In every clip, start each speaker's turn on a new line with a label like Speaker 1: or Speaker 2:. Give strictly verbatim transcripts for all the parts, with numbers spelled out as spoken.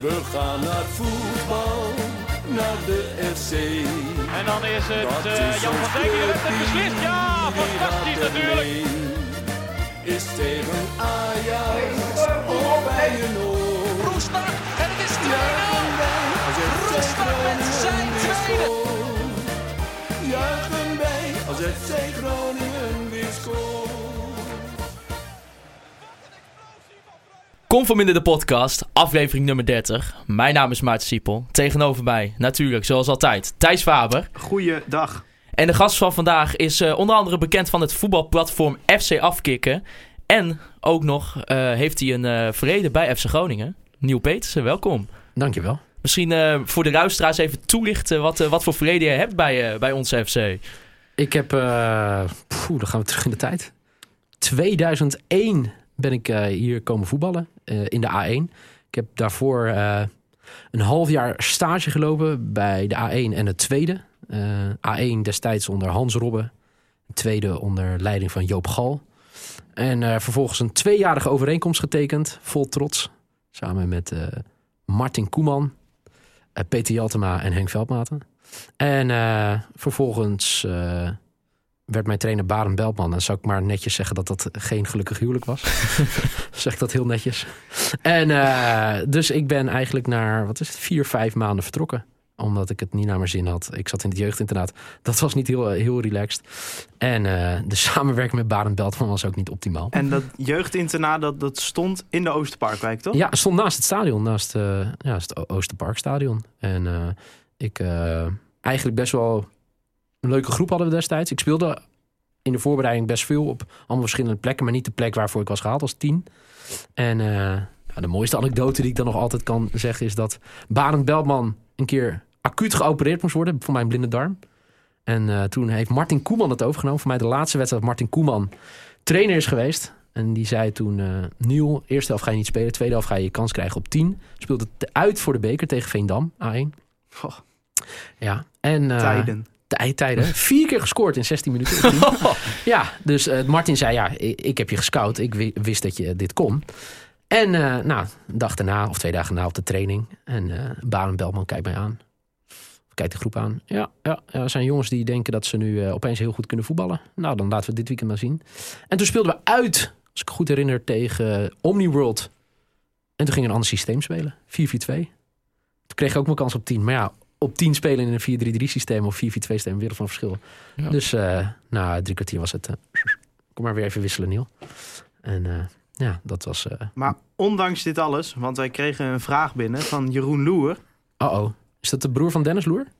Speaker 1: We gaan naar voetbal, naar de F C.
Speaker 2: En dan is het uh, Jan van Dijk die het beslist. Ja, fantastisch natuurlijk.
Speaker 1: Is tegen Ajax of bij een oor.
Speaker 2: Roestak en het is twee nul. Roestak met zijn tweede.
Speaker 1: Juichen wij als F C Groningen weer scoort.
Speaker 3: Conforminder de podcast, aflevering nummer dertig. Mijn naam is Maarten Siepel. Tegenover mij, natuurlijk, zoals altijd, Thijs Faber.
Speaker 4: Goeiedag.
Speaker 3: En de gast van vandaag is uh, onder andere bekend van het voetbalplatform F C Afkikken. En ook nog uh, heeft hij een uh, verleden bij F C Groningen. Niel Petersen, welkom.
Speaker 5: Dankjewel.
Speaker 3: Misschien uh, voor de luisteraars even toelichten wat, uh, wat voor verleden je hebt bij, uh, bij onze F C.
Speaker 5: Ik heb, uh, poeh, dan gaan we terug in de tijd. tweeduizend één ben ik uh, hier komen voetballen uh, in de A één. Ik heb daarvoor uh, een half jaar stage gelopen bij de A één en het tweede. Uh, A één destijds onder Hans Robben. Het tweede onder leiding van Joop Gal. En uh, vervolgens een tweejarige overeenkomst getekend. Vol trots. Samen met uh, Martin Koeman, uh, Peter Jaltema en Henk Veldmaten. En uh, vervolgens uh, werd mijn trainer Barend Beltman. Dan zou ik maar netjes zeggen dat dat geen gelukkig huwelijk was. Zeg ik dat heel netjes. En uh, dus ik ben eigenlijk naar, wat is het, vier, vijf maanden vertrokken. Omdat ik het niet naar mijn zin had. Ik zat in het jeugdinternaat. Dat was niet heel, heel relaxed. En uh, de samenwerking met Barend Beltman was ook niet optimaal.
Speaker 4: En dat jeugdinternaat, dat, dat stond in de Oosterparkwijk, toch?
Speaker 5: Ja, het stond naast het stadion. Naast uh, ja, het Oosterparkstadion. En uh, ik uh, eigenlijk best wel een leuke groep hadden we destijds. Ik speelde in de voorbereiding best veel op allemaal verschillende plekken. Maar niet de plek waarvoor ik was gehaald als tien. En uh, ja, de mooiste anekdote die ik dan nog altijd kan zeggen is dat Barend Beltman een keer acuut geopereerd moest worden voor mijn blinde darm. En uh, toen heeft Martin Koeman het overgenomen. Voor mij de laatste wedstrijd dat Martin Koeman trainer is geweest. En die zei toen, uh, Niel, eerste helft ga je niet spelen. Tweede helft ga je je kans krijgen op tien. Speelde het uit voor de beker tegen Veendam, A één.
Speaker 4: Oh.
Speaker 5: Ja, en uh,
Speaker 4: Tijden.
Speaker 5: Tij, tijden. Vier keer gescoord in zestien minuten. Ja, dus uh, Martin zei, ja, ik, ik heb je gescout. Ik wist dat je dit kon. En uh, nou, een dag daarna of twee dagen na op de training. En uh, Barend Beltman kijkt mij aan. Kijkt de groep aan. Ja, ja, ja, er zijn jongens die denken dat ze nu uh, opeens heel goed kunnen voetballen. Nou, dan laten we dit weekend maar zien. En toen speelden we uit, als ik me goed herinner, tegen Omniworld. En toen ging een ander systeem spelen. vier vier twee. Toen kreeg ik ook mijn kans op tien. Maar ja, op tien spelen in een vier drie drie systeem of vier vier twee systeem, wereld van verschil. Ja. Dus uh, na drie kwartier was het, uh, kom maar weer even wisselen, Niel. En uh, ja, dat was... Uh,
Speaker 4: maar ondanks dit alles, want wij kregen een vraag binnen van Jeroen Loer.
Speaker 5: Uh-oh. Is dat de broer van Dennis Loer?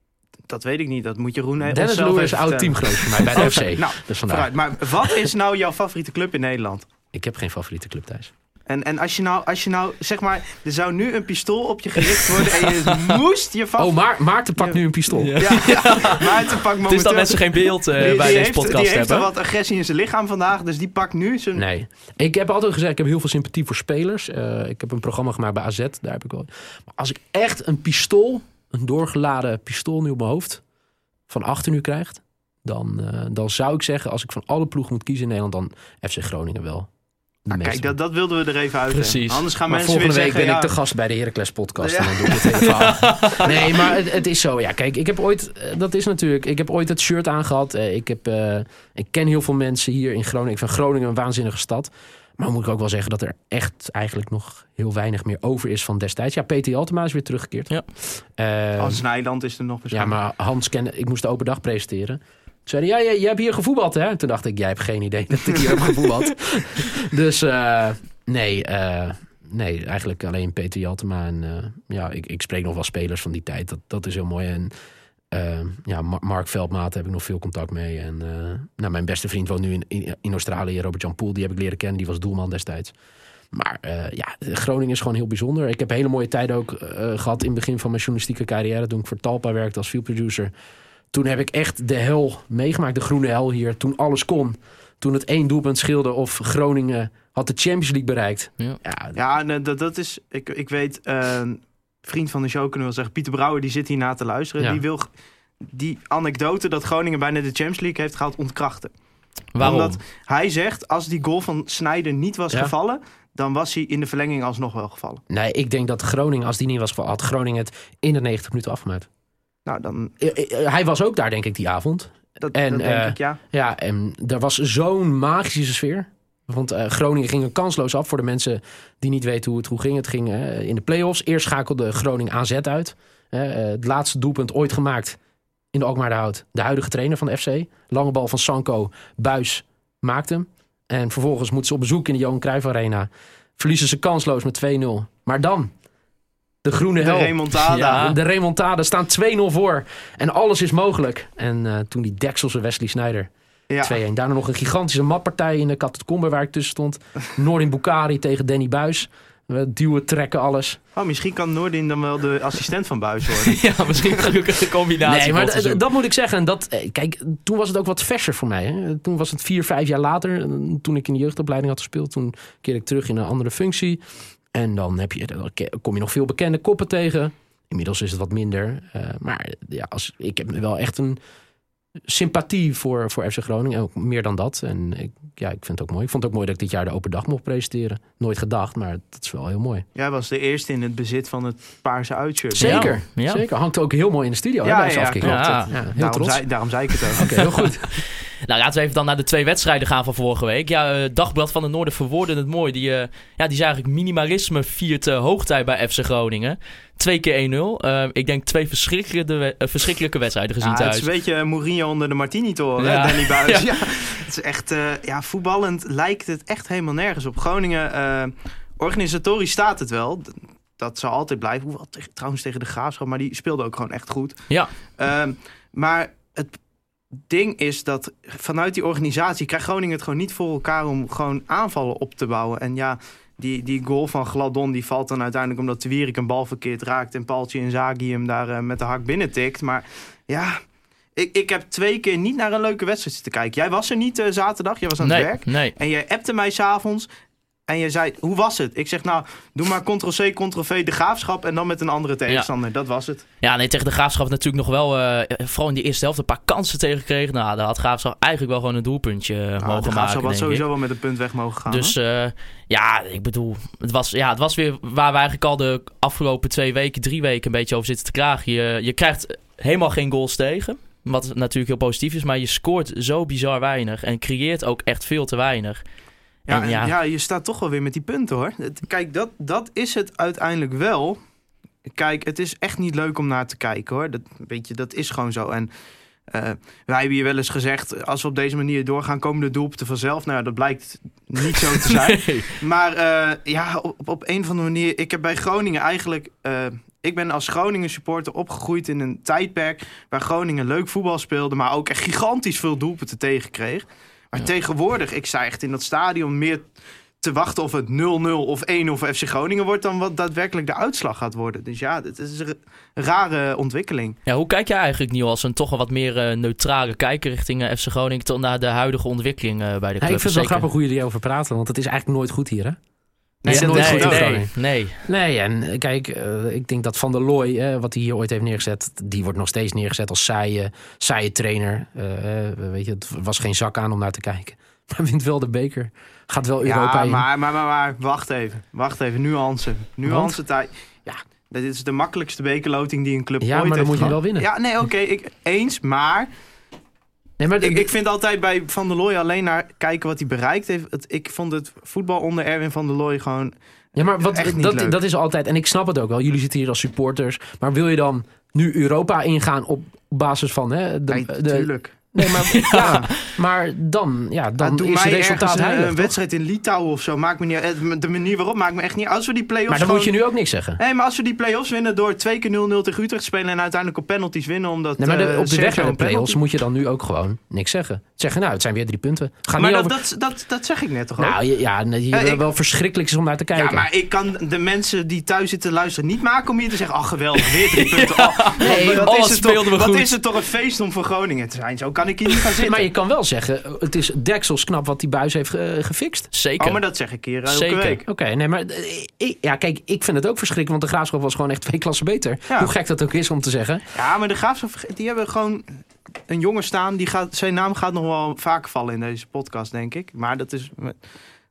Speaker 4: Dat weet ik niet, dat moet Jeroen
Speaker 5: Dennis zelf Loer is oud teamgenoot voor mij bij de F C.
Speaker 4: Nou, dus vooruit. Maar wat is nou jouw favoriete club in Nederland?
Speaker 5: Ik heb geen favoriete club, Thijs.
Speaker 4: En, en als je nou, als je nou, zeg maar, er zou nu een pistool op je gericht worden en je moest je vast...
Speaker 5: Oh, Ma- Maarten pakt nu een pistool.
Speaker 4: Ja, ja, ja. Maarten pakt momenteel...
Speaker 3: Het is dat mensen geen beeld uh, die, bij
Speaker 4: die
Speaker 3: deze
Speaker 4: heeft,
Speaker 3: podcast
Speaker 4: die
Speaker 3: hebben.
Speaker 4: Die heeft al wat agressie in zijn lichaam vandaag, dus die pakt nu zijn...
Speaker 5: Nee, ik heb altijd gezegd, ik heb heel veel sympathie voor spelers. Uh, ik heb een programma gemaakt bij A Z, daar heb ik wel... Maar als ik echt een pistool, een doorgeladen pistool nu op mijn hoofd, van achter nu krijgt, dan, uh, dan zou ik zeggen, als ik van alle ploegen moet kiezen in Nederland, dan F C Groningen wel.
Speaker 4: Nou, kijk, dat, dat wilden we er even uit.
Speaker 3: Precies.
Speaker 4: Anders gaan
Speaker 5: maar
Speaker 4: mensen
Speaker 5: volgende
Speaker 4: weer
Speaker 5: week
Speaker 4: zeggen,
Speaker 5: ben
Speaker 4: ja,
Speaker 5: ik de gast bij de Heracles podcast. Ja. En dan doe ik het hele verhaal. Nee, maar het, het is zo. Ja, kijk, ik heb ooit... Dat is natuurlijk... Ik heb ooit het shirt aangehad. Ik, heb, uh, ik ken heel veel mensen hier in Groningen. Ik vind Groningen een waanzinnige stad. Maar moet ik ook wel zeggen dat er echt eigenlijk nog heel weinig meer over is van destijds. Ja, Peter Jaltema is weer teruggekeerd.
Speaker 3: Ja.
Speaker 4: Uh, Hans Nijland is er nog
Speaker 5: Ja, maar Hans ken, ik moest de open dag presenteren. Zeiden, ja, je, je hebt hier gevoetbald, hè? Toen dacht ik, jij hebt geen idee dat ik hier heb gevoetbald. Dus uh, nee, uh, nee, eigenlijk alleen Peter Jaltema. En uh, ja, ik, ik spreek nog wel spelers van die tijd. Dat, dat is heel mooi. En uh, ja, Mark Veldmaat heb ik nog veel contact mee. En uh, nou, mijn beste vriend woont nu in, in, in Australië, Robert-Jan Poel. Die heb ik leren kennen, die was doelman destijds. Maar uh, ja, Groningen is gewoon heel bijzonder. Ik heb hele mooie tijden ook uh, gehad in het begin van mijn journalistieke carrière. Toen ik voor Talpa werkte als fieldproducer. Toen heb ik echt de hel meegemaakt, de groene hel hier. Toen alles kon. Toen het één doelpunt scheelde of Groningen had de Champions League bereikt.
Speaker 3: Ja,
Speaker 4: ja, ja dat, dat is... Ik, ik weet, uh, vriend van de show kunnen we wel zeggen. Pieter Brouwer, die zit hierna te luisteren. Ja. Die wil die anekdote dat Groningen bijna de Champions League heeft gehaald ontkrachten.
Speaker 3: Waarom?
Speaker 4: Omdat hij zegt, als die goal van Sneijder niet was
Speaker 5: ja.
Speaker 4: gevallen, dan was hij in de verlenging alsnog wel gevallen.
Speaker 5: Nee, ik denk dat Groningen, als die niet was gevallen, had Groningen het in de negentig minuten afgemaakt.
Speaker 4: Nou, dan...
Speaker 5: Hij was ook daar, denk ik, die avond.
Speaker 4: Dat,
Speaker 5: en,
Speaker 4: dat denk
Speaker 5: uh,
Speaker 4: ik, ja.
Speaker 5: Ja, en er was zo'n magische sfeer. Want uh, Groningen ging er kansloos af voor de mensen die niet weten hoe het hoe ging. Het ging uh, in de play-offs. Eerst schakelde Groningen A Z uit. Uh, het laatste doelpunt ooit gemaakt in de Alkmaar de Hout. De huidige trainer van de F C. Lange bal van Sanko. Buis maakte hem. En vervolgens moeten ze op bezoek in de Johan Cruijff Arena. Verliezen ze kansloos met twee nul. Maar dan... De groene hel.
Speaker 4: De remontada.
Speaker 5: Ja, de remontada staan twee nul voor. En alles is mogelijk. En uh, toen die Dekselse Wesley Sneijder. Ja. twee-een. Daarna nog een gigantische matpartij in de catacombe waar ik tussen stond. Noordin Boukhari tegen Danny Buis. We duwen, trekken, alles.
Speaker 4: Oh, misschien kan Noordin dan wel de assistent van Buis worden.
Speaker 3: Ja, misschien gelukkig een combinatie.
Speaker 5: Nee, maar d- dat moet ik zeggen. Dat, kijk, toen was het ook wat verser voor mij. Hè. Toen was het vier, vijf jaar later. Toen ik in de jeugdopleiding had gespeeld. Toen keerde ik terug in een andere functie. En dan, heb je, dan kom je nog veel bekende koppen tegen. Inmiddels is het wat minder. Uh, maar ja, als, ik heb wel echt een sympathie voor, voor F C Groningen. Ook meer dan dat. En ik, ja, ik vind het ook mooi. Ik vond het ook mooi dat ik dit jaar de open dag mocht presenteren. Nooit gedacht, maar dat is wel heel mooi.
Speaker 4: Jij was de eerste in het bezit van het paarse uitshirt.
Speaker 5: Zeker,
Speaker 3: ja.
Speaker 5: zeker. Hangt ook heel mooi in de studio.
Speaker 4: Ja,
Speaker 5: hè, bij
Speaker 4: ja,
Speaker 5: ja,
Speaker 3: ja.
Speaker 5: ja, heel
Speaker 4: daarom,
Speaker 5: trots.
Speaker 4: zei, daarom zei ik het ook.
Speaker 5: Oké, okay, heel goed.
Speaker 3: Nou, laten we even dan naar de twee wedstrijden gaan van vorige week. Ja, uh, Dagblad van het Noorden verwoordde het mooi. Die, uh, ja, die zei eigenlijk minimalisme viert uh, hoogtij bij F C Groningen. Twee keer één nul. Uh, ik denk twee verschrikkelijke, we- uh, verschrikkelijke wedstrijden gezien
Speaker 4: ja,
Speaker 3: thuis.
Speaker 4: Het is een beetje Mourinho onder de Martini-toren,
Speaker 3: Ja.
Speaker 4: hè, Danny Buis.
Speaker 3: Ja.
Speaker 4: Ja. Het is echt, uh, ja, voetballend lijkt het echt helemaal nergens op. Groningen, uh, organisatorisch staat het wel. Dat zal altijd blijven. Hoewel tegen, trouwens tegen de Graafschap, maar die speelde ook gewoon echt goed.
Speaker 3: Ja.
Speaker 4: Uh, maar het ding is dat vanuit die organisatie krijgt Groningen het gewoon niet voor elkaar om gewoon aanvallen op te bouwen. En ja, die, die goal van Gladon die valt dan uiteindelijk omdat de Wierik een bal verkeerd raakt en Paltje Inzaghi hem daar uh, met de hak binnen tikt. Maar ja, ik, ik heb twee keer niet naar een leuke wedstrijd zitten kijken. Jij was er niet uh, zaterdag, jij was aan het
Speaker 3: Nee,
Speaker 4: werk.
Speaker 3: nee.
Speaker 4: En jij appte mij 's avonds en je zei, hoe was het? Ik zeg, nou, doe maar ctrl-c, ctrl-v de Graafschap en dan met een andere tegenstander. Ja. Dat was het.
Speaker 3: Ja, nee, tegen de Graafschap natuurlijk nog wel, uh, vooral in de eerste helft, een paar kansen tegengekregen. Nou, daar had Graafschap eigenlijk wel gewoon een doelpuntje uh,
Speaker 4: Nou,
Speaker 3: mogen
Speaker 4: de
Speaker 3: maken,
Speaker 4: Graafschap had
Speaker 3: denk
Speaker 4: sowieso
Speaker 3: ik.
Speaker 4: wel met een punt weg mogen gaan.
Speaker 3: Dus uh, ja, ik bedoel, het was, ja, het was weer waar we eigenlijk al de afgelopen twee weken, drie weken een beetje over zitten te klagen. Je, je krijgt helemaal geen goals tegen, wat natuurlijk heel positief is, maar je scoort zo bizar weinig en creëert ook echt veel te weinig.
Speaker 4: Ja,
Speaker 3: En, ja.
Speaker 4: ja, je staat toch wel weer met die punten, hoor. Kijk, dat, dat is het uiteindelijk wel. Kijk, het is echt niet leuk om naar te kijken, hoor. Dat, weet je, dat is gewoon zo. En uh, wij hebben hier wel eens gezegd, als we op deze manier doorgaan, komen de doelpunten vanzelf. Nou ja, dat blijkt niet zo te zijn.
Speaker 3: Nee.
Speaker 4: Maar uh, ja, op, op een of andere manier... Ik heb bij Groningen eigenlijk... Uh, ik ben als Groningen supporter opgegroeid in een tijdperk waar Groningen leuk voetbal speelde, maar ook echt gigantisch veel doelpunten tegenkreeg. Maar ja. Tegenwoordig, ik sta echt in dat stadion meer te wachten of het nul nul of één nul voor F C Groningen wordt dan wat daadwerkelijk de uitslag gaat worden. Dus ja, het is een rare ontwikkeling.
Speaker 3: Ja, hoe kijk jij eigenlijk, Niel, als een toch wel wat meer uh, neutrale kijker richting uh, F C Groningen tot naar de huidige ontwikkeling uh, bij de club?
Speaker 5: Ja, ik vind het wel grappig hoe jullie erover praten, want het is eigenlijk nooit goed hier, hè?
Speaker 4: Nee,
Speaker 5: is
Speaker 4: dat
Speaker 5: nooit
Speaker 4: is
Speaker 5: goed
Speaker 3: nee,
Speaker 5: in
Speaker 3: nee,
Speaker 5: Groningen.
Speaker 3: nee.
Speaker 5: Nee, en kijk, uh, ik denk dat Van der Looy, uh, wat hij hier ooit heeft neergezet, die wordt nog steeds neergezet als saaie, saaie trainer. Uh, uh, weet je, het was geen zak aan om naar te kijken. Maar wint wel de beker. Gaat wel Europa
Speaker 4: ja,
Speaker 5: in.
Speaker 4: Maar, maar, maar, maar, wacht even. Wacht even, nuance. Nuance tijd. Ja, dit is de makkelijkste bekerloting die een club
Speaker 5: ja,
Speaker 4: ooit
Speaker 5: maar dan
Speaker 4: heeft
Speaker 5: moet je
Speaker 4: gehad.
Speaker 5: wel winnen.
Speaker 4: Ja, nee, oké, okay, eens, maar...
Speaker 5: Nee, maar
Speaker 4: ik, ik vind altijd bij Van der Looy alleen naar kijken wat hij bereikt heeft. Het, ik vond het voetbal onder Erwin van der Looy gewoon...
Speaker 5: Ja, maar wat,
Speaker 4: echt niet
Speaker 5: dat,
Speaker 4: leuk.
Speaker 5: dat is altijd, en ik snap het ook wel, jullie zitten hier als supporters, maar wil je dan nu Europa ingaan op basis van... Hè, de,
Speaker 4: nee,
Speaker 5: de,
Speaker 4: tuurlijk.
Speaker 5: Nee, maar, ja, maar dan, ja, dan
Speaker 4: doe
Speaker 5: is het
Speaker 4: mij
Speaker 5: resultaat
Speaker 4: ergens
Speaker 5: heilig,
Speaker 4: een, een
Speaker 5: toch?
Speaker 4: wedstrijd in Litouwen of zo, maakt me niet uit. De manier waarop maakt me echt niet uit. Als we die play-offs
Speaker 5: Maar dan
Speaker 4: gewoon...
Speaker 5: moet je nu ook niks zeggen.
Speaker 4: Nee, maar als we die play-offs winnen door twee keer nul nul tegen Utrecht te spelen en uiteindelijk op penalties winnen, omdat...
Speaker 5: Nee, maar de,
Speaker 4: uh,
Speaker 5: op de weg
Speaker 4: Sergio
Speaker 5: naar de
Speaker 4: een
Speaker 5: play-offs
Speaker 4: penalty-
Speaker 5: moet je dan nu ook gewoon niks zeggen. Zeggen, nou, het zijn weer drie punten. Het gaat
Speaker 4: Maar
Speaker 5: niet
Speaker 4: dat,
Speaker 5: over...
Speaker 4: dat, dat, dat zeg ik net toch ook?
Speaker 5: Nou, je- ja, nee, je,
Speaker 4: Eh, ik-
Speaker 5: wel verschrikkelijk is om naar te kijken.
Speaker 4: Ja, maar ik kan de mensen die thuis zitten luisteren niet maken om hier te zeggen... Oh, geweldig, weer drie punten. Oh,
Speaker 3: Nee,
Speaker 4: wat
Speaker 3: oh,
Speaker 4: is
Speaker 3: wat
Speaker 4: het
Speaker 3: speelden
Speaker 4: toch,
Speaker 3: we
Speaker 4: wat
Speaker 3: goed.
Speaker 4: is het toch een feest om voor Groningen te zijn. Zo kan ik hier niet gaan zitten.
Speaker 5: Maar je kan wel zeggen, het is deksels knap wat die Buis heeft uh, gefixt.
Speaker 3: Zeker.
Speaker 4: Oh, maar dat zeg ik hier elke
Speaker 3: Zeker.
Speaker 4: week.
Speaker 5: Oké, okay, nee, maar uh, ik, ja, kijk, ik vind het ook verschrikkelijk, want de Graafschap was gewoon echt twee klassen beter.
Speaker 4: Ja.
Speaker 5: Hoe gek dat ook is om te zeggen.
Speaker 4: Ja, maar de Graafschap, die hebben gewoon een jongen staan. Die gaat, zijn naam gaat nog wel vaak vallen in deze podcast, denk ik. Maar dat is...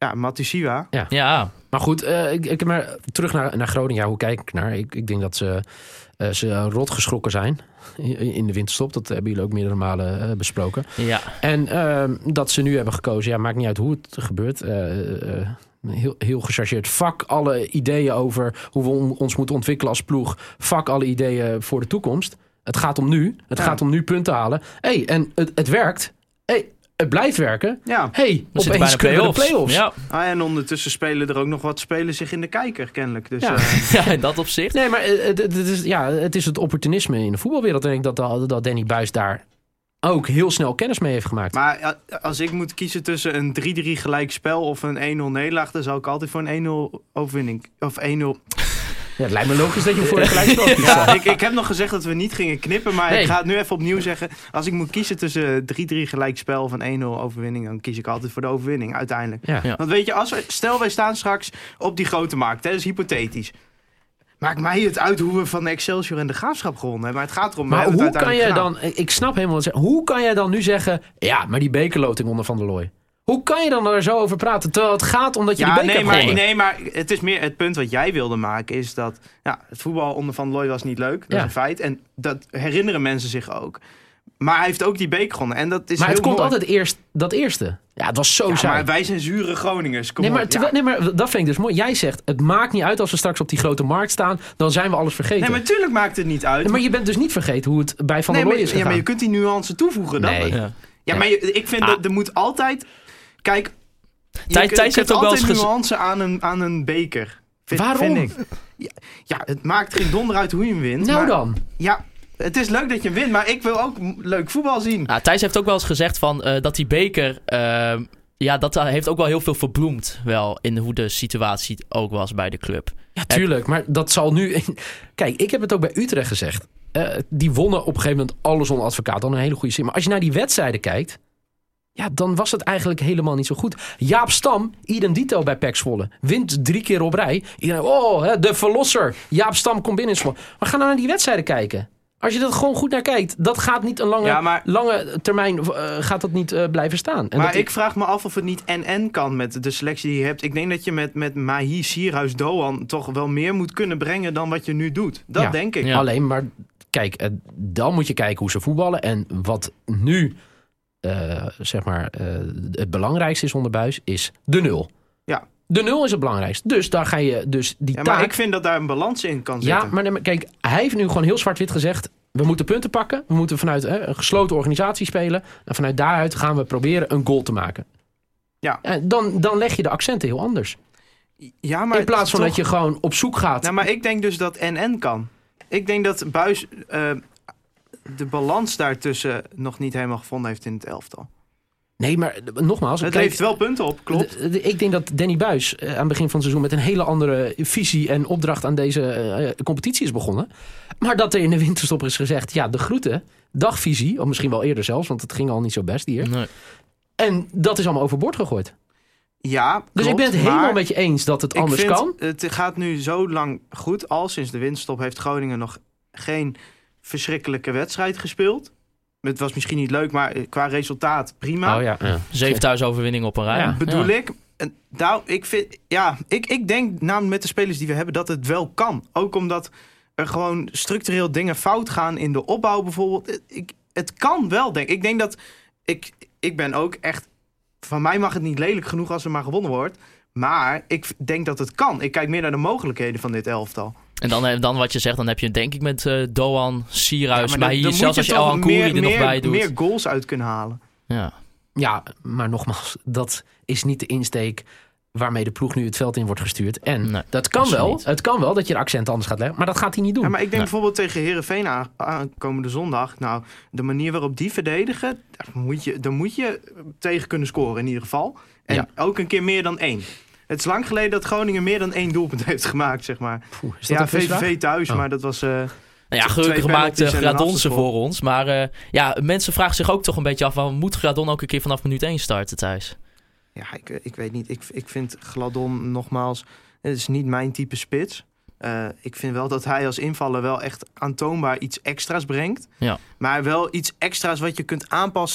Speaker 4: Ja, Matusiwa.
Speaker 5: Ja.
Speaker 3: Ja,
Speaker 5: Maar goed, uh, ik, ik maar terug naar, naar Groningen. Ja, hoe kijk ik naar? Ik, ik denk dat ze, uh, ze rot geschrokken zijn in, in de winterstop. Dat hebben jullie ook meerdere malen uh, besproken.
Speaker 3: ja.
Speaker 5: En uh, dat ze nu hebben gekozen. Ja, maakt niet uit hoe het gebeurt. Uh, uh, heel, heel gechargeerd. Fuck alle ideeën over hoe we on, ons moeten ontwikkelen als ploeg. Fuck alle ideeën voor de toekomst. Het gaat om nu. Het
Speaker 4: Ja.
Speaker 5: gaat om nu punten halen. Hey, en het, het werkt. Hey, het blijft werken.
Speaker 4: Ja.
Speaker 5: Hey,
Speaker 3: We zitten
Speaker 5: opeens
Speaker 3: bijna
Speaker 5: kunnen we de
Speaker 3: play-offs.
Speaker 5: play-offs.
Speaker 3: Ja.
Speaker 4: Ah, en ondertussen spelen er ook nog wat spelers zich in de kijker, kennelijk. Dus,
Speaker 5: Ja.
Speaker 4: eh,
Speaker 3: ja, in dat opzicht.
Speaker 5: Nee, maar uh, het, het is, ja, het is het opportunisme in de voetbalwereld. En ik denk dat, dat Danny Buijs daar ook heel snel kennis mee heeft gemaakt.
Speaker 4: maar eh, als ik moet kiezen tussen een drie drie gelijk spel of een één nul nederlaag, dan zou ik altijd voor een één nul overwinning. Of één nul.
Speaker 5: Ja, het lijkt me logisch dat je voor een gelijkspel kiest.
Speaker 4: Ja, ik, ik heb nog gezegd dat we niet gingen knippen, maar
Speaker 5: Nee.
Speaker 4: ik ga het nu even opnieuw zeggen. Als ik moet kiezen tussen drie drie gelijk spel of een één nul overwinning, dan kies ik altijd voor de overwinning uiteindelijk.
Speaker 5: Ja.
Speaker 3: Ja.
Speaker 4: Want weet je, als we, stel wij staan straks op die grote markt, hè, dat is hypothetisch. Maakt mij het uit hoe we van de Excelsior en de Graafschap gewonnen hebben. Maar het gaat erom. we
Speaker 5: Maar
Speaker 4: hebben
Speaker 5: hoe
Speaker 4: het
Speaker 5: kan jij
Speaker 4: uiteindelijk
Speaker 5: dan... Ik snap helemaal wat je zegt. Hoe kan jij dan nu zeggen... Ja, maar die bekerloting onder Van der Looy. Hoe kan je dan daar zo over praten? Terwijl het gaat omdat je
Speaker 4: Ja,
Speaker 5: die beker
Speaker 4: nee
Speaker 5: hebt
Speaker 4: maar,
Speaker 5: gewonnen.
Speaker 4: nee, maar het is meer het punt wat jij wilde maken. Is dat ja, het voetbal onder Van Looy was niet leuk. Dat
Speaker 5: Ja.
Speaker 4: is een feit. En dat herinneren mensen zich ook. Maar hij heeft ook die beker gewonnen. En dat is
Speaker 5: Maar
Speaker 4: heel
Speaker 5: het komt
Speaker 4: mooi.
Speaker 5: altijd eerst dat eerste. Ja, het was zo
Speaker 4: Ja,
Speaker 5: saai.
Speaker 4: maar wij zijn zure Groningers. Kom
Speaker 5: Nee maar,
Speaker 4: op,
Speaker 5: terwijl-
Speaker 4: ja.
Speaker 5: nee, maar dat vind ik dus mooi. Jij zegt, het maakt niet uit als we straks op die grote markt staan. Dan zijn we alles vergeten.
Speaker 4: Nee, maar natuurlijk maakt het niet uit.
Speaker 5: Nee, maar je bent dus niet vergeten hoe het bij Van
Speaker 4: Nee,
Speaker 5: der
Speaker 4: maar,
Speaker 5: Looy is
Speaker 4: ja,
Speaker 5: gegaan.
Speaker 4: maar je kunt die nuance toevoegen. Dat
Speaker 5: Nee.
Speaker 3: Ja.
Speaker 4: Ja, maar je- ik vind
Speaker 3: Ah.
Speaker 4: dat er moet altijd... Kijk, je
Speaker 3: Thijs-
Speaker 4: kunt-
Speaker 3: Thijs
Speaker 4: je
Speaker 3: heeft
Speaker 4: kunt
Speaker 3: ook wel
Speaker 4: altijd
Speaker 3: eens gez-
Speaker 4: nuance aan een, aan een beker. Vind,
Speaker 5: Waarom?
Speaker 4: Vind ik. Ja, ja, het maakt geen donder uit hoe je hem wint.
Speaker 5: Nou
Speaker 4: maar-
Speaker 5: dan.
Speaker 4: Ja, het is leuk dat je wint, maar ik wil ook m- leuk voetbal zien.
Speaker 3: Nou, Thijs heeft ook wel eens gezegd van, eh, dat die beker... eh, ja, dat heeft ook wel heel veel verbloemd. Wel, in hoe de situatie ook was bij de club.
Speaker 5: Ja, tuurlijk. Maar dat zal nu... Kijk, ik heb het ook bij Utrecht gezegd. Uh, die wonnen op een gegeven moment alles onder advocaat. Dan een hele goede zin. Maar als je naar die wedstrijden kijkt... Ja, dan was het eigenlijk helemaal niet zo goed. Jaap Stam, idem dito bij P E C Zwolle. Wint drie keer op rij. Iedereen, oh, hè, de verlosser. Jaap Stam komt binnen in Zwolle. Maar ga nou naar die wedstrijden kijken. Als je dat gewoon goed naar kijkt. Dat gaat niet een lange,
Speaker 4: Ja, maar-
Speaker 5: lange termijn uh, gaat dat niet uh, blijven staan. En
Speaker 4: maar
Speaker 5: dat
Speaker 4: ik vraag me af of het niet en-en kan met de selectie die je hebt. Ik denk dat je met, met Mahi, Sierhuis, Doan toch wel meer moet kunnen brengen dan wat je nu doet. Dat
Speaker 5: Ja.
Speaker 4: denk ik.
Speaker 3: Ja.
Speaker 5: Alleen, maar kijk, uh, dan moet je kijken hoe ze voetballen. En wat nu... Uh, zeg maar, uh, het belangrijkste is onder Buijs, is de nul.
Speaker 4: Ja.
Speaker 5: De nul is het belangrijkste. Dus daar ga je dus die
Speaker 4: Ja,
Speaker 5: taak...
Speaker 4: maar ik vind dat daar een balans in kan
Speaker 5: ja,
Speaker 4: zitten.
Speaker 5: maar, nee, maar kijk, hij heeft nu gewoon heel zwart-wit gezegd... we moeten punten pakken. We moeten vanuit hè, een gesloten organisatie spelen. En vanuit daaruit gaan we proberen een goal te maken.
Speaker 4: Ja.
Speaker 5: En dan, dan leg je de accenten heel anders.
Speaker 4: Ja, maar
Speaker 5: In plaats van
Speaker 4: toch-
Speaker 5: dat je gewoon op zoek gaat.
Speaker 4: Nou, maar ik denk dus dat en-en kan. Ik denk dat Buijs uh, de balans daartussen nog niet helemaal gevonden heeft in het elftal.
Speaker 5: Nee, maar nogmaals...
Speaker 4: Het
Speaker 5: kijk,
Speaker 4: levert wel punten op, klopt.
Speaker 5: De- de- ik denk dat Danny Buijs uh, aan het begin van het seizoen... met een hele andere visie en opdracht aan deze uh, competitie is begonnen. Maar dat er in de winterstop is gezegd... ja, de groeten, dagvisie... of misschien wel eerder zelfs, want het ging al niet zo best hier.
Speaker 3: Nee.
Speaker 5: En dat is allemaal overboord gegooid.
Speaker 4: Ja,
Speaker 5: Dus
Speaker 4: klopt,
Speaker 5: ik ben het helemaal
Speaker 4: maar
Speaker 5: met je eens dat het
Speaker 4: ik
Speaker 5: anders
Speaker 4: vind,
Speaker 5: kan.
Speaker 4: Het gaat nu zo lang goed. Al sinds de winterstop heeft Groningen nog geen verschrikkelijke wedstrijd gespeeld. Het was misschien niet leuk, maar qua resultaat prima.
Speaker 5: Oh ja, ja.
Speaker 3: Zeven thuisoverwinningen op een rij.
Speaker 5: Ja,
Speaker 4: Bedoel
Speaker 3: Ja.
Speaker 4: ik. En nou, ik, vind, ja, ik, ik denk namelijk met de spelers die we hebben dat het wel kan. Ook omdat er gewoon structureel dingen fout gaan in de opbouw bijvoorbeeld. Ik, het kan wel, denk ik. Ik denk dat... Ik, ik ben ook echt... Van mij mag het niet lelijk genoeg als er maar gewonnen wordt. Maar ik denk dat het kan. Ik kijk meer naar de mogelijkheden van dit elftal.
Speaker 3: En dan, eh, dan wat je zegt, dan heb je denk ik met uh, Doan, Sierhuis,
Speaker 4: Ja,
Speaker 3: maar
Speaker 4: dan-
Speaker 3: hier
Speaker 4: dan
Speaker 3: zelfs
Speaker 4: moet
Speaker 3: als je
Speaker 4: toch
Speaker 3: El Ankouri
Speaker 4: meer-
Speaker 3: er nog
Speaker 4: meer-
Speaker 3: bij doet.
Speaker 4: meer goals uit kunnen halen.
Speaker 3: Ja.
Speaker 5: Ja, maar nogmaals, dat is niet de insteek waarmee de ploeg nu het veld in wordt gestuurd. En
Speaker 3: Nee,
Speaker 5: dat kan
Speaker 3: dat is
Speaker 5: wel.
Speaker 3: niet.
Speaker 5: Het kan wel dat je de accent anders gaat leggen, maar dat gaat hij niet doen.
Speaker 4: Ja, maar ik denk
Speaker 3: Nee.
Speaker 4: bijvoorbeeld tegen Heerenveen aan- aankomende zondag. Nou, de manier waarop die verdedigen, daar moet je, daar moet je tegen kunnen scoren in ieder geval. En
Speaker 5: Ja.
Speaker 4: ook een keer meer dan één. Het is lang geleden dat Groningen meer dan één doelpunt heeft gemaakt, zeg maar.
Speaker 5: Poeh, is dat
Speaker 4: Ja,
Speaker 5: een quizvraag?
Speaker 4: V V V thuis,
Speaker 5: Oh.
Speaker 4: maar dat was... Uh,
Speaker 3: Nou ja,
Speaker 4: Twee
Speaker 3: gelukkig maakt
Speaker 4: penalties
Speaker 3: uh,
Speaker 4: en een
Speaker 3: Gradon ze
Speaker 4: afstandsschop.
Speaker 3: voor ons. Maar uh, ja, mensen vragen zich ook toch een beetje af... waarom moet Gradon ook een keer vanaf minuut één starten, Thijs?
Speaker 4: ja, ik, ik weet niet. Ik, ik vind Gladon nogmaals... Het is niet mijn type spits. Uh, ik vind wel dat hij als invaller wel echt aantoonbaar iets extra's brengt.
Speaker 3: Ja.
Speaker 4: Maar wel iets extra's wat je kunt aanpassen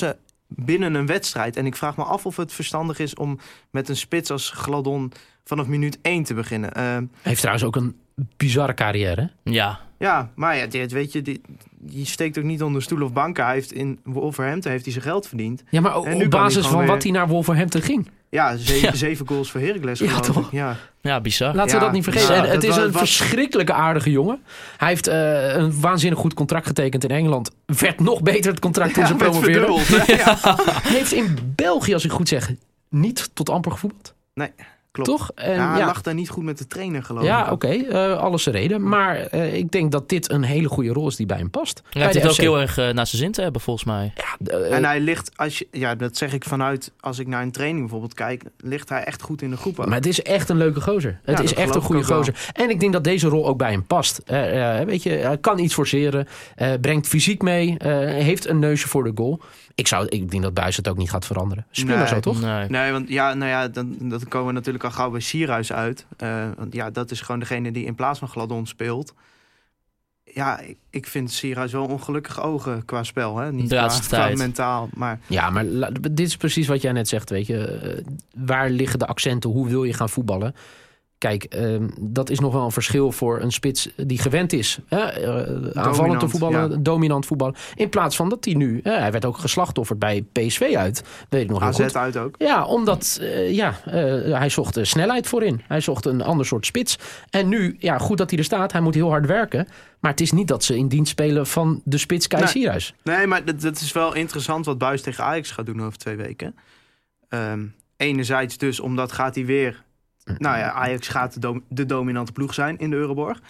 Speaker 4: binnen een wedstrijd. En ik vraag me af of het verstandig is om met een spits als Gladon vanaf minuut één te beginnen. Uh,
Speaker 5: Hij heeft trouwens ook een bizarre carrière, hè?
Speaker 3: Ja.
Speaker 4: Ja, maar ja, dit, weet je, die, die steekt ook niet onder stoel of banken. Hij heeft in Wolverhampton heeft hij zijn geld verdiend.
Speaker 5: Ja, maar
Speaker 4: En nu
Speaker 5: op
Speaker 4: kan
Speaker 5: basis
Speaker 4: hij
Speaker 5: van
Speaker 4: gewoon
Speaker 5: wat
Speaker 4: weer-
Speaker 5: hij naar Wolverhampton ging.
Speaker 4: Ja, zeven,
Speaker 3: Ja.
Speaker 4: zeven goals voor Heracles.
Speaker 5: Ja,
Speaker 4: geloof
Speaker 5: toch?
Speaker 4: ik. Ja.
Speaker 3: Ja, bizar.
Speaker 5: Laten we
Speaker 4: Ja,
Speaker 5: dat niet vergeten.
Speaker 4: nou,
Speaker 5: En het
Speaker 4: dat
Speaker 5: is
Speaker 4: wa-
Speaker 5: een
Speaker 4: was-
Speaker 5: verschrikkelijke aardige jongen. Hij heeft uh, een waanzinnig goed contract getekend in Engeland. Werd nog beter het contract toen
Speaker 4: Ja,
Speaker 5: ze
Speaker 4: werd
Speaker 5: promoveerden.
Speaker 4: verdubbeld, hè? Ja.
Speaker 5: Hij heeft in België, als ik goed zeg, niet tot amper gevoetbald.
Speaker 4: Nee, klopt.
Speaker 5: Toch? En,
Speaker 4: Ja, hij
Speaker 5: ja,
Speaker 4: lag daar niet goed met de trainer, geloof
Speaker 5: ja
Speaker 4: ik.
Speaker 5: oké. Okay, uh, alles reden. Maar uh, ik denk dat dit een hele goede rol is die bij hem past.
Speaker 3: Hij heeft
Speaker 5: Bij
Speaker 3: het
Speaker 5: de
Speaker 3: ook
Speaker 5: F C.
Speaker 3: heel erg uh, naar zijn zin te hebben, volgens mij.
Speaker 5: Ja, uh,
Speaker 4: En hij ligt, als je, ja, dat zeg ik vanuit, als ik naar een training bijvoorbeeld kijk, ligt hij echt goed in de groep ook.
Speaker 5: Maar het is echt een leuke gozer. Het
Speaker 4: Ja,
Speaker 5: is
Speaker 4: dat
Speaker 5: echt een
Speaker 4: geloof
Speaker 5: goede
Speaker 4: ik ook
Speaker 5: gozer. En ik denk dat deze rol ook bij hem past. Uh, uh, weet je, hij kan iets forceren. Uh, brengt fysiek mee. Uh, heeft een neusje voor de goal. Ik, zou, ik denk dat Buijs het ook niet gaat veranderen. Spelen
Speaker 4: Nee.
Speaker 5: zo, toch?
Speaker 3: Nee.
Speaker 4: Nee, want ja, nou ja, dan, dan komen we natuurlijk al gauw bij Sierhuis uit. Uh, want ja, dat is gewoon degene die in plaats van Gladon speelt. Ja, ik, ik vind Sierhuis wel ongelukkige ogen qua spel. Hè? Niet
Speaker 3: De
Speaker 4: qua,
Speaker 3: laatste
Speaker 4: qua
Speaker 3: tijd.
Speaker 4: mentaal, maar
Speaker 5: Ja, maar la- dit is precies wat jij net zegt, weet je. Uh, waar liggen de accenten? Hoe wil je gaan voetballen? Kijk, uh, dat is nog wel een verschil voor een spits die gewend is. Hè? Uh, aanvallend te voetballen,
Speaker 4: ja.
Speaker 5: dominant voetballen. In plaats van dat hij nu... Uh, hij werd ook geslachtofferd bij P S V uit. Weet ik nog heel
Speaker 4: A Z
Speaker 5: goed.
Speaker 4: uit ook.
Speaker 5: Ja, omdat uh, ja, uh, hij zocht uh, snelheid voorin. Hij zocht een ander soort spits. En nu, ja, goed dat hij er staat. Hij moet heel hard werken. Maar het is niet dat ze in dienst spelen van de spits Kai
Speaker 4: Nee.
Speaker 5: Sierhuis.
Speaker 4: Nee, maar dat, dat is wel interessant wat Buijs tegen Ajax gaat doen over twee weken. Um, enerzijds dus, omdat gaat hij weer... Nou ja, Ajax gaat de, dom- de dominante ploeg zijn in de Euroborg.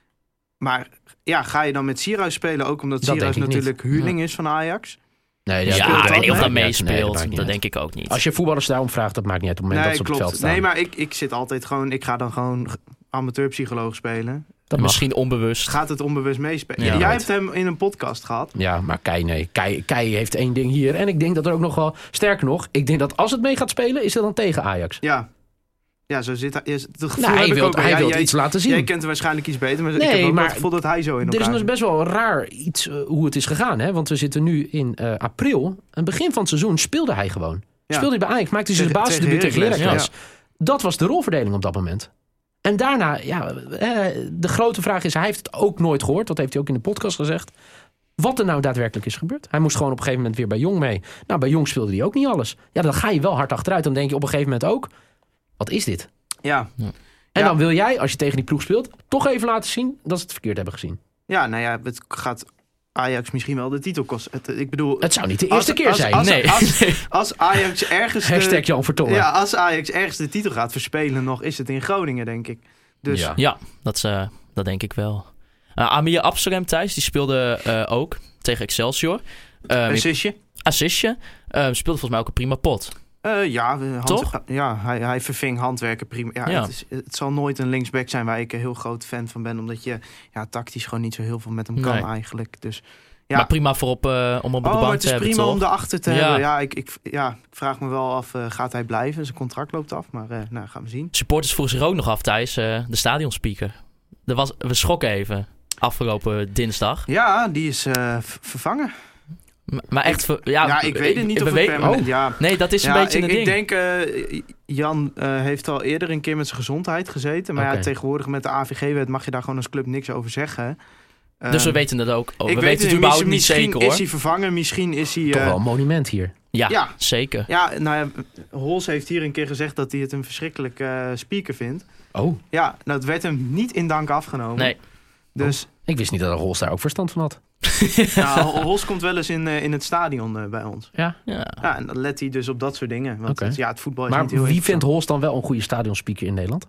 Speaker 4: Maar ja, ga je dan met Sierhuis spelen? Ook omdat
Speaker 5: Dat
Speaker 4: Sierhuis
Speaker 5: denk ik
Speaker 4: natuurlijk huurling is van Ajax.
Speaker 5: Nee,
Speaker 3: Ja,
Speaker 4: speelt
Speaker 3: ik
Speaker 4: dat,
Speaker 3: weet niet of
Speaker 4: nee?
Speaker 3: dat
Speaker 5: Nee,
Speaker 3: meespeelt.
Speaker 5: dat maakt niet
Speaker 3: dat
Speaker 5: uit.
Speaker 3: denk ik ook niet.
Speaker 5: Als je voetballers daarom vraagt, dat maakt niet uit op het moment
Speaker 4: Nee,
Speaker 5: dat ze op het veld
Speaker 4: klopt.
Speaker 5: staan.
Speaker 4: Nee, maar ik, ik zit altijd gewoon... Ik ga dan gewoon amateurpsycholoog spelen.
Speaker 5: dat mag.
Speaker 3: Misschien onbewust.
Speaker 4: Gaat het onbewust meespelen?
Speaker 3: Ja,
Speaker 4: Jij
Speaker 5: nooit.
Speaker 4: hebt hem in een podcast gehad.
Speaker 5: Ja, maar Kai, nee. Kai, Kai heeft één ding hier. En ik denk dat er ook nog wel... Sterker nog, ik denk dat als het mee gaat spelen, is het dan tegen Ajax.
Speaker 4: Ja. Ja, zo zit hij. Ja, het gevoel
Speaker 5: Nou,
Speaker 4: heb
Speaker 5: hij
Speaker 4: ik
Speaker 5: wil,
Speaker 4: ook wel.
Speaker 5: hij
Speaker 4: Ja,
Speaker 5: wil
Speaker 4: jij,
Speaker 5: iets laten zien.
Speaker 4: Jij kent hem waarschijnlijk iets beter, maar ik
Speaker 5: Nee,
Speaker 4: heb ook wel
Speaker 5: maar
Speaker 4: het gevoel dat hij zo in
Speaker 5: Er
Speaker 4: elkaar
Speaker 5: is dus
Speaker 4: zit.
Speaker 5: best wel raar iets uh, hoe het is gegaan. Hè? Want we zitten nu in uh, april. Een begin van het seizoen speelde hij gewoon.
Speaker 4: Ja.
Speaker 5: Speelde hij bij Ajax. Maakte hij zijn
Speaker 4: Tegen-
Speaker 5: basisdebuut tegen
Speaker 4: tegen
Speaker 5: Heracles.
Speaker 4: Heracles,
Speaker 5: Dat was de rolverdeling op dat moment. En daarna, ja, uh, de grote vraag is... Hij heeft het ook nooit gehoord. Dat heeft hij ook in de podcast gezegd. Wat er nou daadwerkelijk is gebeurd. Hij moest gewoon op een gegeven moment weer bij Jong mee. Nou, bij Jong speelde hij ook niet alles. Ja, dan ga je wel hard achteruit. Dan denk je op een gegeven moment ook... Wat is dit?
Speaker 4: Ja.
Speaker 5: En
Speaker 4: Ja.
Speaker 5: dan wil jij, als je tegen die ploeg speelt... toch even laten zien dat ze het verkeerd hebben gezien.
Speaker 4: ja, nou ja, het gaat Ajax misschien wel de titel kosten. Het, ik bedoel,
Speaker 5: Het zou niet de
Speaker 4: Als-
Speaker 5: eerste keer
Speaker 4: als-
Speaker 5: zijn.
Speaker 4: als-
Speaker 3: Nee.
Speaker 4: Als, als Ajax ergens de,
Speaker 5: Hashtag Jan Vertongen.
Speaker 4: ja, als Ajax ergens de titel gaat verspelen nog, is het in Groningen, denk ik. Dus
Speaker 5: Ja.
Speaker 3: Ja, dat, is, uh, dat denk ik wel. Uh, Amir Absalem Thijs, die speelde uh, ook tegen Excelsior. Um,
Speaker 4: een zusje.
Speaker 3: assistje. Uh, speelde volgens mij ook een prima pot.
Speaker 4: Uh, ja, we- hand,
Speaker 3: Toch?
Speaker 4: Ja, hij, hij verving handwerken prima. Ja,
Speaker 3: Ja.
Speaker 4: Het, is, het zal nooit een linksback zijn waar ik een heel groot fan van ben. Omdat je ja, tactisch gewoon niet zo heel veel met hem kan
Speaker 3: Nee.
Speaker 4: eigenlijk. Dus, ja.
Speaker 3: Maar prima voor op, uh, om op de
Speaker 4: Oh, maar
Speaker 3: bank
Speaker 4: het
Speaker 3: te
Speaker 4: is
Speaker 3: hebben,
Speaker 4: prima
Speaker 3: toch?
Speaker 4: om erachter te
Speaker 3: Ja.
Speaker 4: hebben. Ja ik, ik, ja, ik vraag me wel af, uh, gaat hij blijven? Zijn contract loopt af, maar uh, nou, gaan we zien.
Speaker 3: Supporters vroegen zich ook nog af, Thijs, uh, de stadionspeaker. Er was, we schrokken even afgelopen dinsdag.
Speaker 4: Ja, die is uh, v- vervangen.
Speaker 3: M- maar echt... ver- ja,
Speaker 4: Ja, ik weet het niet
Speaker 3: we
Speaker 4: of het
Speaker 3: weten-
Speaker 4: permanent...
Speaker 3: oh,
Speaker 4: Ja.
Speaker 3: Nee, dat is een
Speaker 4: Ja,
Speaker 3: beetje
Speaker 4: ik,
Speaker 3: een
Speaker 4: ik
Speaker 3: ding.
Speaker 4: denk, uh, Jan uh, heeft al eerder een keer met zijn gezondheid gezeten. Maar
Speaker 5: Oké.
Speaker 4: ja, tegenwoordig met de A V G-wet mag je daar gewoon als club niks over zeggen.
Speaker 3: Dus we
Speaker 4: Um,
Speaker 3: weten het ook. Oh,
Speaker 4: ik
Speaker 3: we
Speaker 4: weet
Speaker 3: weten het
Speaker 4: niet,
Speaker 3: überhaupt niet
Speaker 4: misschien
Speaker 3: zeker, hoor.
Speaker 4: is hij vervangen, misschien is hij...
Speaker 5: Toch
Speaker 4: uh,
Speaker 5: wel een monument hier.
Speaker 3: Ja,
Speaker 4: Ja.
Speaker 3: zeker.
Speaker 4: Ja, nou ja, Hols heeft hier een keer gezegd dat hij het een verschrikkelijk uh, speaker vindt.
Speaker 5: Oh,
Speaker 4: Ja, nou, het werd hem niet in dank afgenomen.
Speaker 3: Nee.
Speaker 4: Dus
Speaker 5: ik wist niet dat Hols daar ook verstand van had.
Speaker 4: nou, Hols komt wel eens in, uh, in het stadion uh, bij ons.
Speaker 5: Ja.
Speaker 3: Ja.
Speaker 4: Ja, en dan let hij dus op dat soort dingen. Want
Speaker 5: Oké.
Speaker 4: het, ja, het voetbal is
Speaker 5: Maar
Speaker 4: niet heel
Speaker 5: wie vindt
Speaker 4: interessant.
Speaker 5: Hols dan wel een goede stadionspeaker in Nederland?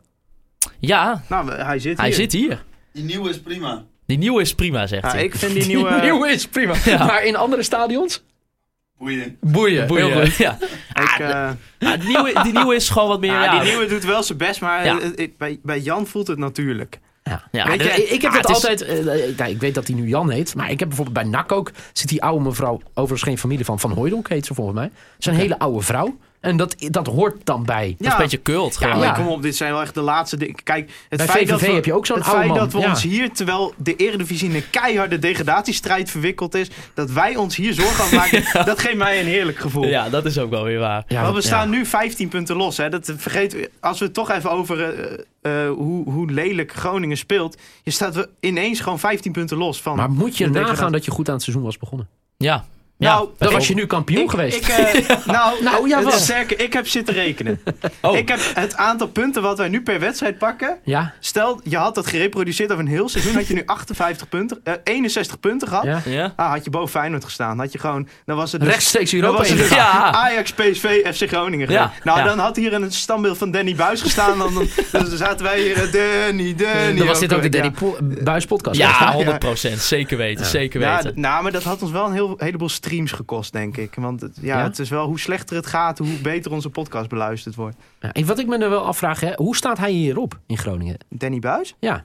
Speaker 3: ja,
Speaker 4: Nou, we- hij zit
Speaker 3: hij
Speaker 4: hier.
Speaker 3: zit hier.
Speaker 6: Die nieuwe is prima.
Speaker 3: Die nieuwe is prima, zegt
Speaker 4: Ja,
Speaker 3: hij.
Speaker 4: ik vind die nieuwe...
Speaker 5: Nieuwe is prima.
Speaker 3: Ja.
Speaker 5: Maar in andere stadions?
Speaker 6: Boeien.
Speaker 5: Boeien.
Speaker 3: Boeien.
Speaker 5: Heel goed.
Speaker 3: Ja.
Speaker 4: ik, uh,
Speaker 3: Ja, die, nieuwe, die nieuwe is gewoon wat meer...
Speaker 4: ja,
Speaker 3: Ja,
Speaker 4: die nieuwe doet wel zijn best, maar
Speaker 3: Ja.
Speaker 4: uh, uh, bij, bij Jan voelt het natuurlijk.
Speaker 5: Ja.
Speaker 3: Ja,
Speaker 5: Weet je,
Speaker 3: de-
Speaker 5: ik heb
Speaker 3: ah,
Speaker 5: het,
Speaker 3: het is-
Speaker 5: altijd... eh, nou, ik weet dat hij nu Jan heet. Maar ik heb bijvoorbeeld bij N A C ook... Zit die oude mevrouw... Overigens geen familie van Van Hooijdonk heet ze volgens mij. Het is een hele oude vrouw. En dat, dat hoort dan bij.
Speaker 3: Dat is een beetje cult
Speaker 4: Ja,
Speaker 3: gewoon.
Speaker 4: maar
Speaker 5: Ja.
Speaker 4: kom op, dit zijn wel echt de laatste dingen. Kijk, het
Speaker 5: Bij
Speaker 4: feit
Speaker 5: V V V
Speaker 4: dat we,
Speaker 5: heb je ook zo'n
Speaker 4: het
Speaker 5: oude
Speaker 4: feit
Speaker 5: man.
Speaker 4: dat we
Speaker 5: Ja.
Speaker 4: ons hier, terwijl de Eredivisie in een keiharde degradatiestrijd verwikkeld is, dat wij ons hier zorgen aan maken, dat geeft mij een heerlijk gevoel.
Speaker 3: Ja, dat is ook wel weer waar.
Speaker 5: Ja,
Speaker 4: Want we
Speaker 5: ja.
Speaker 4: staan nu vijftien punten los. Hè. Dat vergeet, als we het toch even over uh, uh, hoe, hoe lelijk Groningen speelt. Je staat we ineens gewoon vijftien punten los van.
Speaker 5: Maar moet je
Speaker 4: de
Speaker 5: nagaan
Speaker 4: degradatie.
Speaker 5: dat je goed aan het seizoen was begonnen?
Speaker 3: Ja.
Speaker 4: Nou,
Speaker 3: ja,
Speaker 5: Dan was je nu kampioen
Speaker 4: Ik,
Speaker 5: geweest.
Speaker 4: ik, uh, nou,
Speaker 5: Nou, ja,
Speaker 4: het
Speaker 5: wat?
Speaker 4: is sterker, ik heb zitten rekenen.
Speaker 3: Oh.
Speaker 4: Ik heb het aantal punten wat wij nu per wedstrijd pakken.
Speaker 5: Ja,
Speaker 4: Stel, je had dat gereproduceerd over een heel seizoen. Had je nu achtenvijftig punten, uh, eenenzestig punten gehad.
Speaker 5: ja.
Speaker 3: Ja.
Speaker 4: Ah, had je boven Feyenoord gestaan. Had je gewoon, dan was het dus,
Speaker 5: Rechtstreeks
Speaker 4: dan
Speaker 5: Europa
Speaker 4: was het dus
Speaker 3: Ja.
Speaker 4: Ajax, P S V, F C Groningen.
Speaker 3: Ja.
Speaker 4: geweest. Nou,
Speaker 3: Ja.
Speaker 4: dan had hier een standbeeld van Danny Buis gestaan. Dan, dan, dan zaten wij hier, uh, Danny, Danny.
Speaker 5: Dan was dit ook de
Speaker 4: Ja.
Speaker 5: Danny Po- Buis podcast.
Speaker 3: Ja, honderd procent. Zeker weten,
Speaker 5: Ja.
Speaker 3: zeker
Speaker 4: Ja,
Speaker 3: weten.
Speaker 4: d- nou, maar dat had ons wel een heel, heleboel streams gekost, denk ik. Want het, ja,
Speaker 5: Ja?
Speaker 4: het is wel hoe slechter het gaat, hoe beter onze podcast beluisterd wordt.
Speaker 5: Ja, en wat ik me nu wel afvraag, hè, hoe staat hij hierop in Groningen?
Speaker 4: Danny Buis?
Speaker 5: Ja,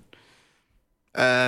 Speaker 4: Eh,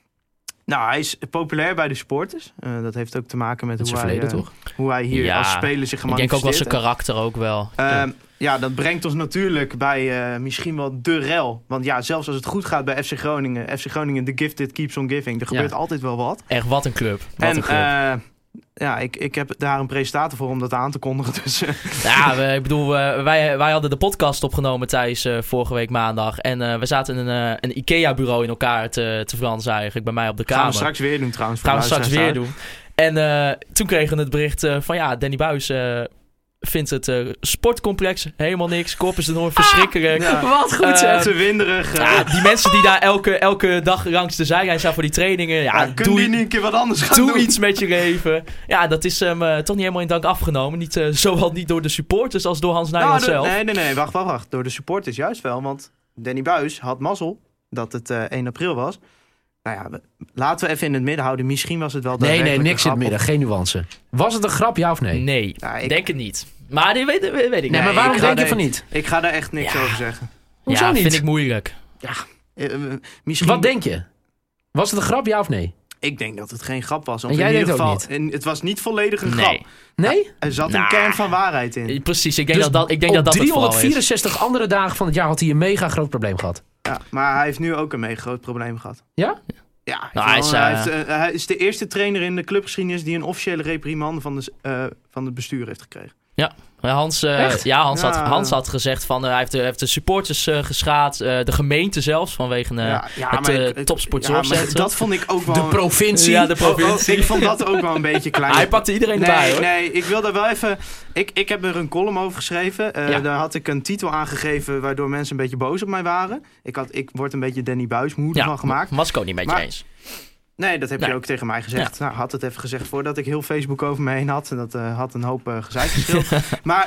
Speaker 4: nou, hij is populair bij de supporters. Eh, dat heeft ook te maken met
Speaker 5: met
Speaker 4: hoe
Speaker 5: zijn
Speaker 4: hij,
Speaker 5: verleden
Speaker 4: eh,
Speaker 5: toch?
Speaker 4: hoe hij hier
Speaker 3: Ja,
Speaker 4: als speler zich
Speaker 3: Ik denk ook wel
Speaker 4: gemanifesteerd
Speaker 3: zijn karakter ook wel.
Speaker 4: Ehm, ja, dat brengt ons natuurlijk bij eh, misschien wel de rel. Want ja, zelfs als het goed gaat bij F C Groningen... F C Groningen, the gifted keeps on giving. Er gebeurt
Speaker 5: Ja.
Speaker 4: altijd wel wat.
Speaker 3: Echt, wat een club. Wat
Speaker 4: en
Speaker 3: een club.
Speaker 4: eh, ja, ik, ik heb daar een presentator voor om dat aan te kondigen. Dus, eh,
Speaker 3: Ja, we, ik bedoel, eh, wij, wij hadden de podcast opgenomen Thijs uh, vorige week maandag. En uh, we zaten in een, uh, een IKEA-bureau in elkaar te, te fransen eigenlijk bij mij op de kamer.
Speaker 4: gaan we straks weer doen trouwens. voor
Speaker 3: Gaan we
Speaker 4: de
Speaker 3: straks weer
Speaker 4: luisteraars
Speaker 3: doen. En uh, toen kregen we het bericht uh, van ja, Danny Buis uh, vindt het uh, sportcomplex helemaal niks. Kop is enorm verschrikkelijk.
Speaker 4: Ja.
Speaker 5: Wat goed
Speaker 3: Eh,
Speaker 5: zeg.
Speaker 4: Te winderig. eh,
Speaker 3: Ja, die mensen die daar elke, elke dag langs de zijlijn staan voor die trainingen. Ja,
Speaker 4: ja, kunnen
Speaker 3: doe,
Speaker 4: die niet een keer wat anders gaan
Speaker 3: doe
Speaker 4: doen?
Speaker 3: iets met je leven. Ja, dat is hem uh, toch niet helemaal in dank afgenomen. Niet, uh, zowel niet door de supporters als door Hans Nijland
Speaker 4: Nou, de-
Speaker 3: zelf.
Speaker 4: nee, nee, nee. Wacht, wacht, wacht. Door de supporters juist wel. Want Danny Buis had mazzel dat het uh, één april was. Nou ja, we- laten we even in het midden houden. Misschien was het wel
Speaker 5: Nee, nee,
Speaker 4: daadwerkelijk
Speaker 5: niks in
Speaker 4: een
Speaker 5: het
Speaker 4: grap.
Speaker 5: midden. Geen nuance. Was het een grap, ja of nee?
Speaker 3: Nee,
Speaker 4: Ja, ik-
Speaker 3: denk het niet. Maar die weet, weet, weet ik
Speaker 5: Nee,
Speaker 3: niet.
Speaker 5: maar
Speaker 4: Nee,
Speaker 5: waarom
Speaker 4: ik ga
Speaker 5: denk je
Speaker 4: er-
Speaker 5: van niet?
Speaker 4: Ik ga daar echt niks
Speaker 3: Ja.
Speaker 4: over zeggen.
Speaker 5: Hoezo
Speaker 3: ja,
Speaker 5: niet?
Speaker 3: vind ik moeilijk.
Speaker 4: Eh, eh, misschien,
Speaker 5: Wat denk je? Was het een grap, ja of nee?
Speaker 4: Ik denk dat het geen grap was. Of
Speaker 5: En jij
Speaker 4: in ieder
Speaker 5: denkt ook
Speaker 4: geval, en het was niet volledig een
Speaker 3: Nee.
Speaker 4: grap.
Speaker 5: Nee?
Speaker 4: Er zat een
Speaker 3: Nou.
Speaker 4: kern van waarheid in.
Speaker 3: Precies, ik denk
Speaker 5: Dus
Speaker 3: dat dat, ik denk
Speaker 5: op
Speaker 3: dat, dat het vooral is.
Speaker 5: driehonderdvierenzestig andere dagen van het jaar had hij een mega groot probleem gehad.
Speaker 4: Ja, maar hij heeft nu ook een mega groot probleem gehad.
Speaker 5: Ja?
Speaker 4: Ja,
Speaker 3: Nou, hij
Speaker 4: hij,
Speaker 3: is,
Speaker 4: hij,
Speaker 3: eh,
Speaker 4: heeft, eh, hij is de eerste trainer in de clubgeschiedenis die een officiële reprimande van, de, uh, van het bestuur heeft gekregen.
Speaker 3: Ja, Hans, uh,
Speaker 5: Echt?
Speaker 3: ja, Hans,
Speaker 4: Ja.
Speaker 3: had, Hans had gezegd van uh, hij heeft de, heeft de supporters uh, geschaad, uh, de gemeente zelfs vanwege uh,
Speaker 4: ja, ja,
Speaker 3: het
Speaker 4: maar
Speaker 3: uh,
Speaker 4: ik- ik-
Speaker 3: topsportzorgcentrum.
Speaker 4: ja, maar dat vond ik ook wel...
Speaker 5: De provincie.
Speaker 3: Ja, de
Speaker 4: Oh, oh,
Speaker 3: provincie.
Speaker 4: ik vond dat ook wel een beetje klein.
Speaker 3: Hij pakte iedereen
Speaker 4: Nee,
Speaker 3: erbij hoor.
Speaker 4: nee, ik wil daar wel even... Ik, ik heb er een column over geschreven. Uh,
Speaker 5: Ja.
Speaker 4: Daar had ik een titel aangegeven waardoor mensen een beetje boos op mij waren. Ik, had, ik word een beetje Danny Buis moede
Speaker 3: Ja,
Speaker 4: van gemaakt.
Speaker 3: was ik ook niet met je
Speaker 4: Maar-
Speaker 3: eens.
Speaker 4: Nee, dat heb
Speaker 3: Nee.
Speaker 4: je ook tegen mij gezegd. Nou, had het even gezegd voordat ik heel Facebook over me heen had. En dat uh, had een hoop uh, gezeik geschild. Maar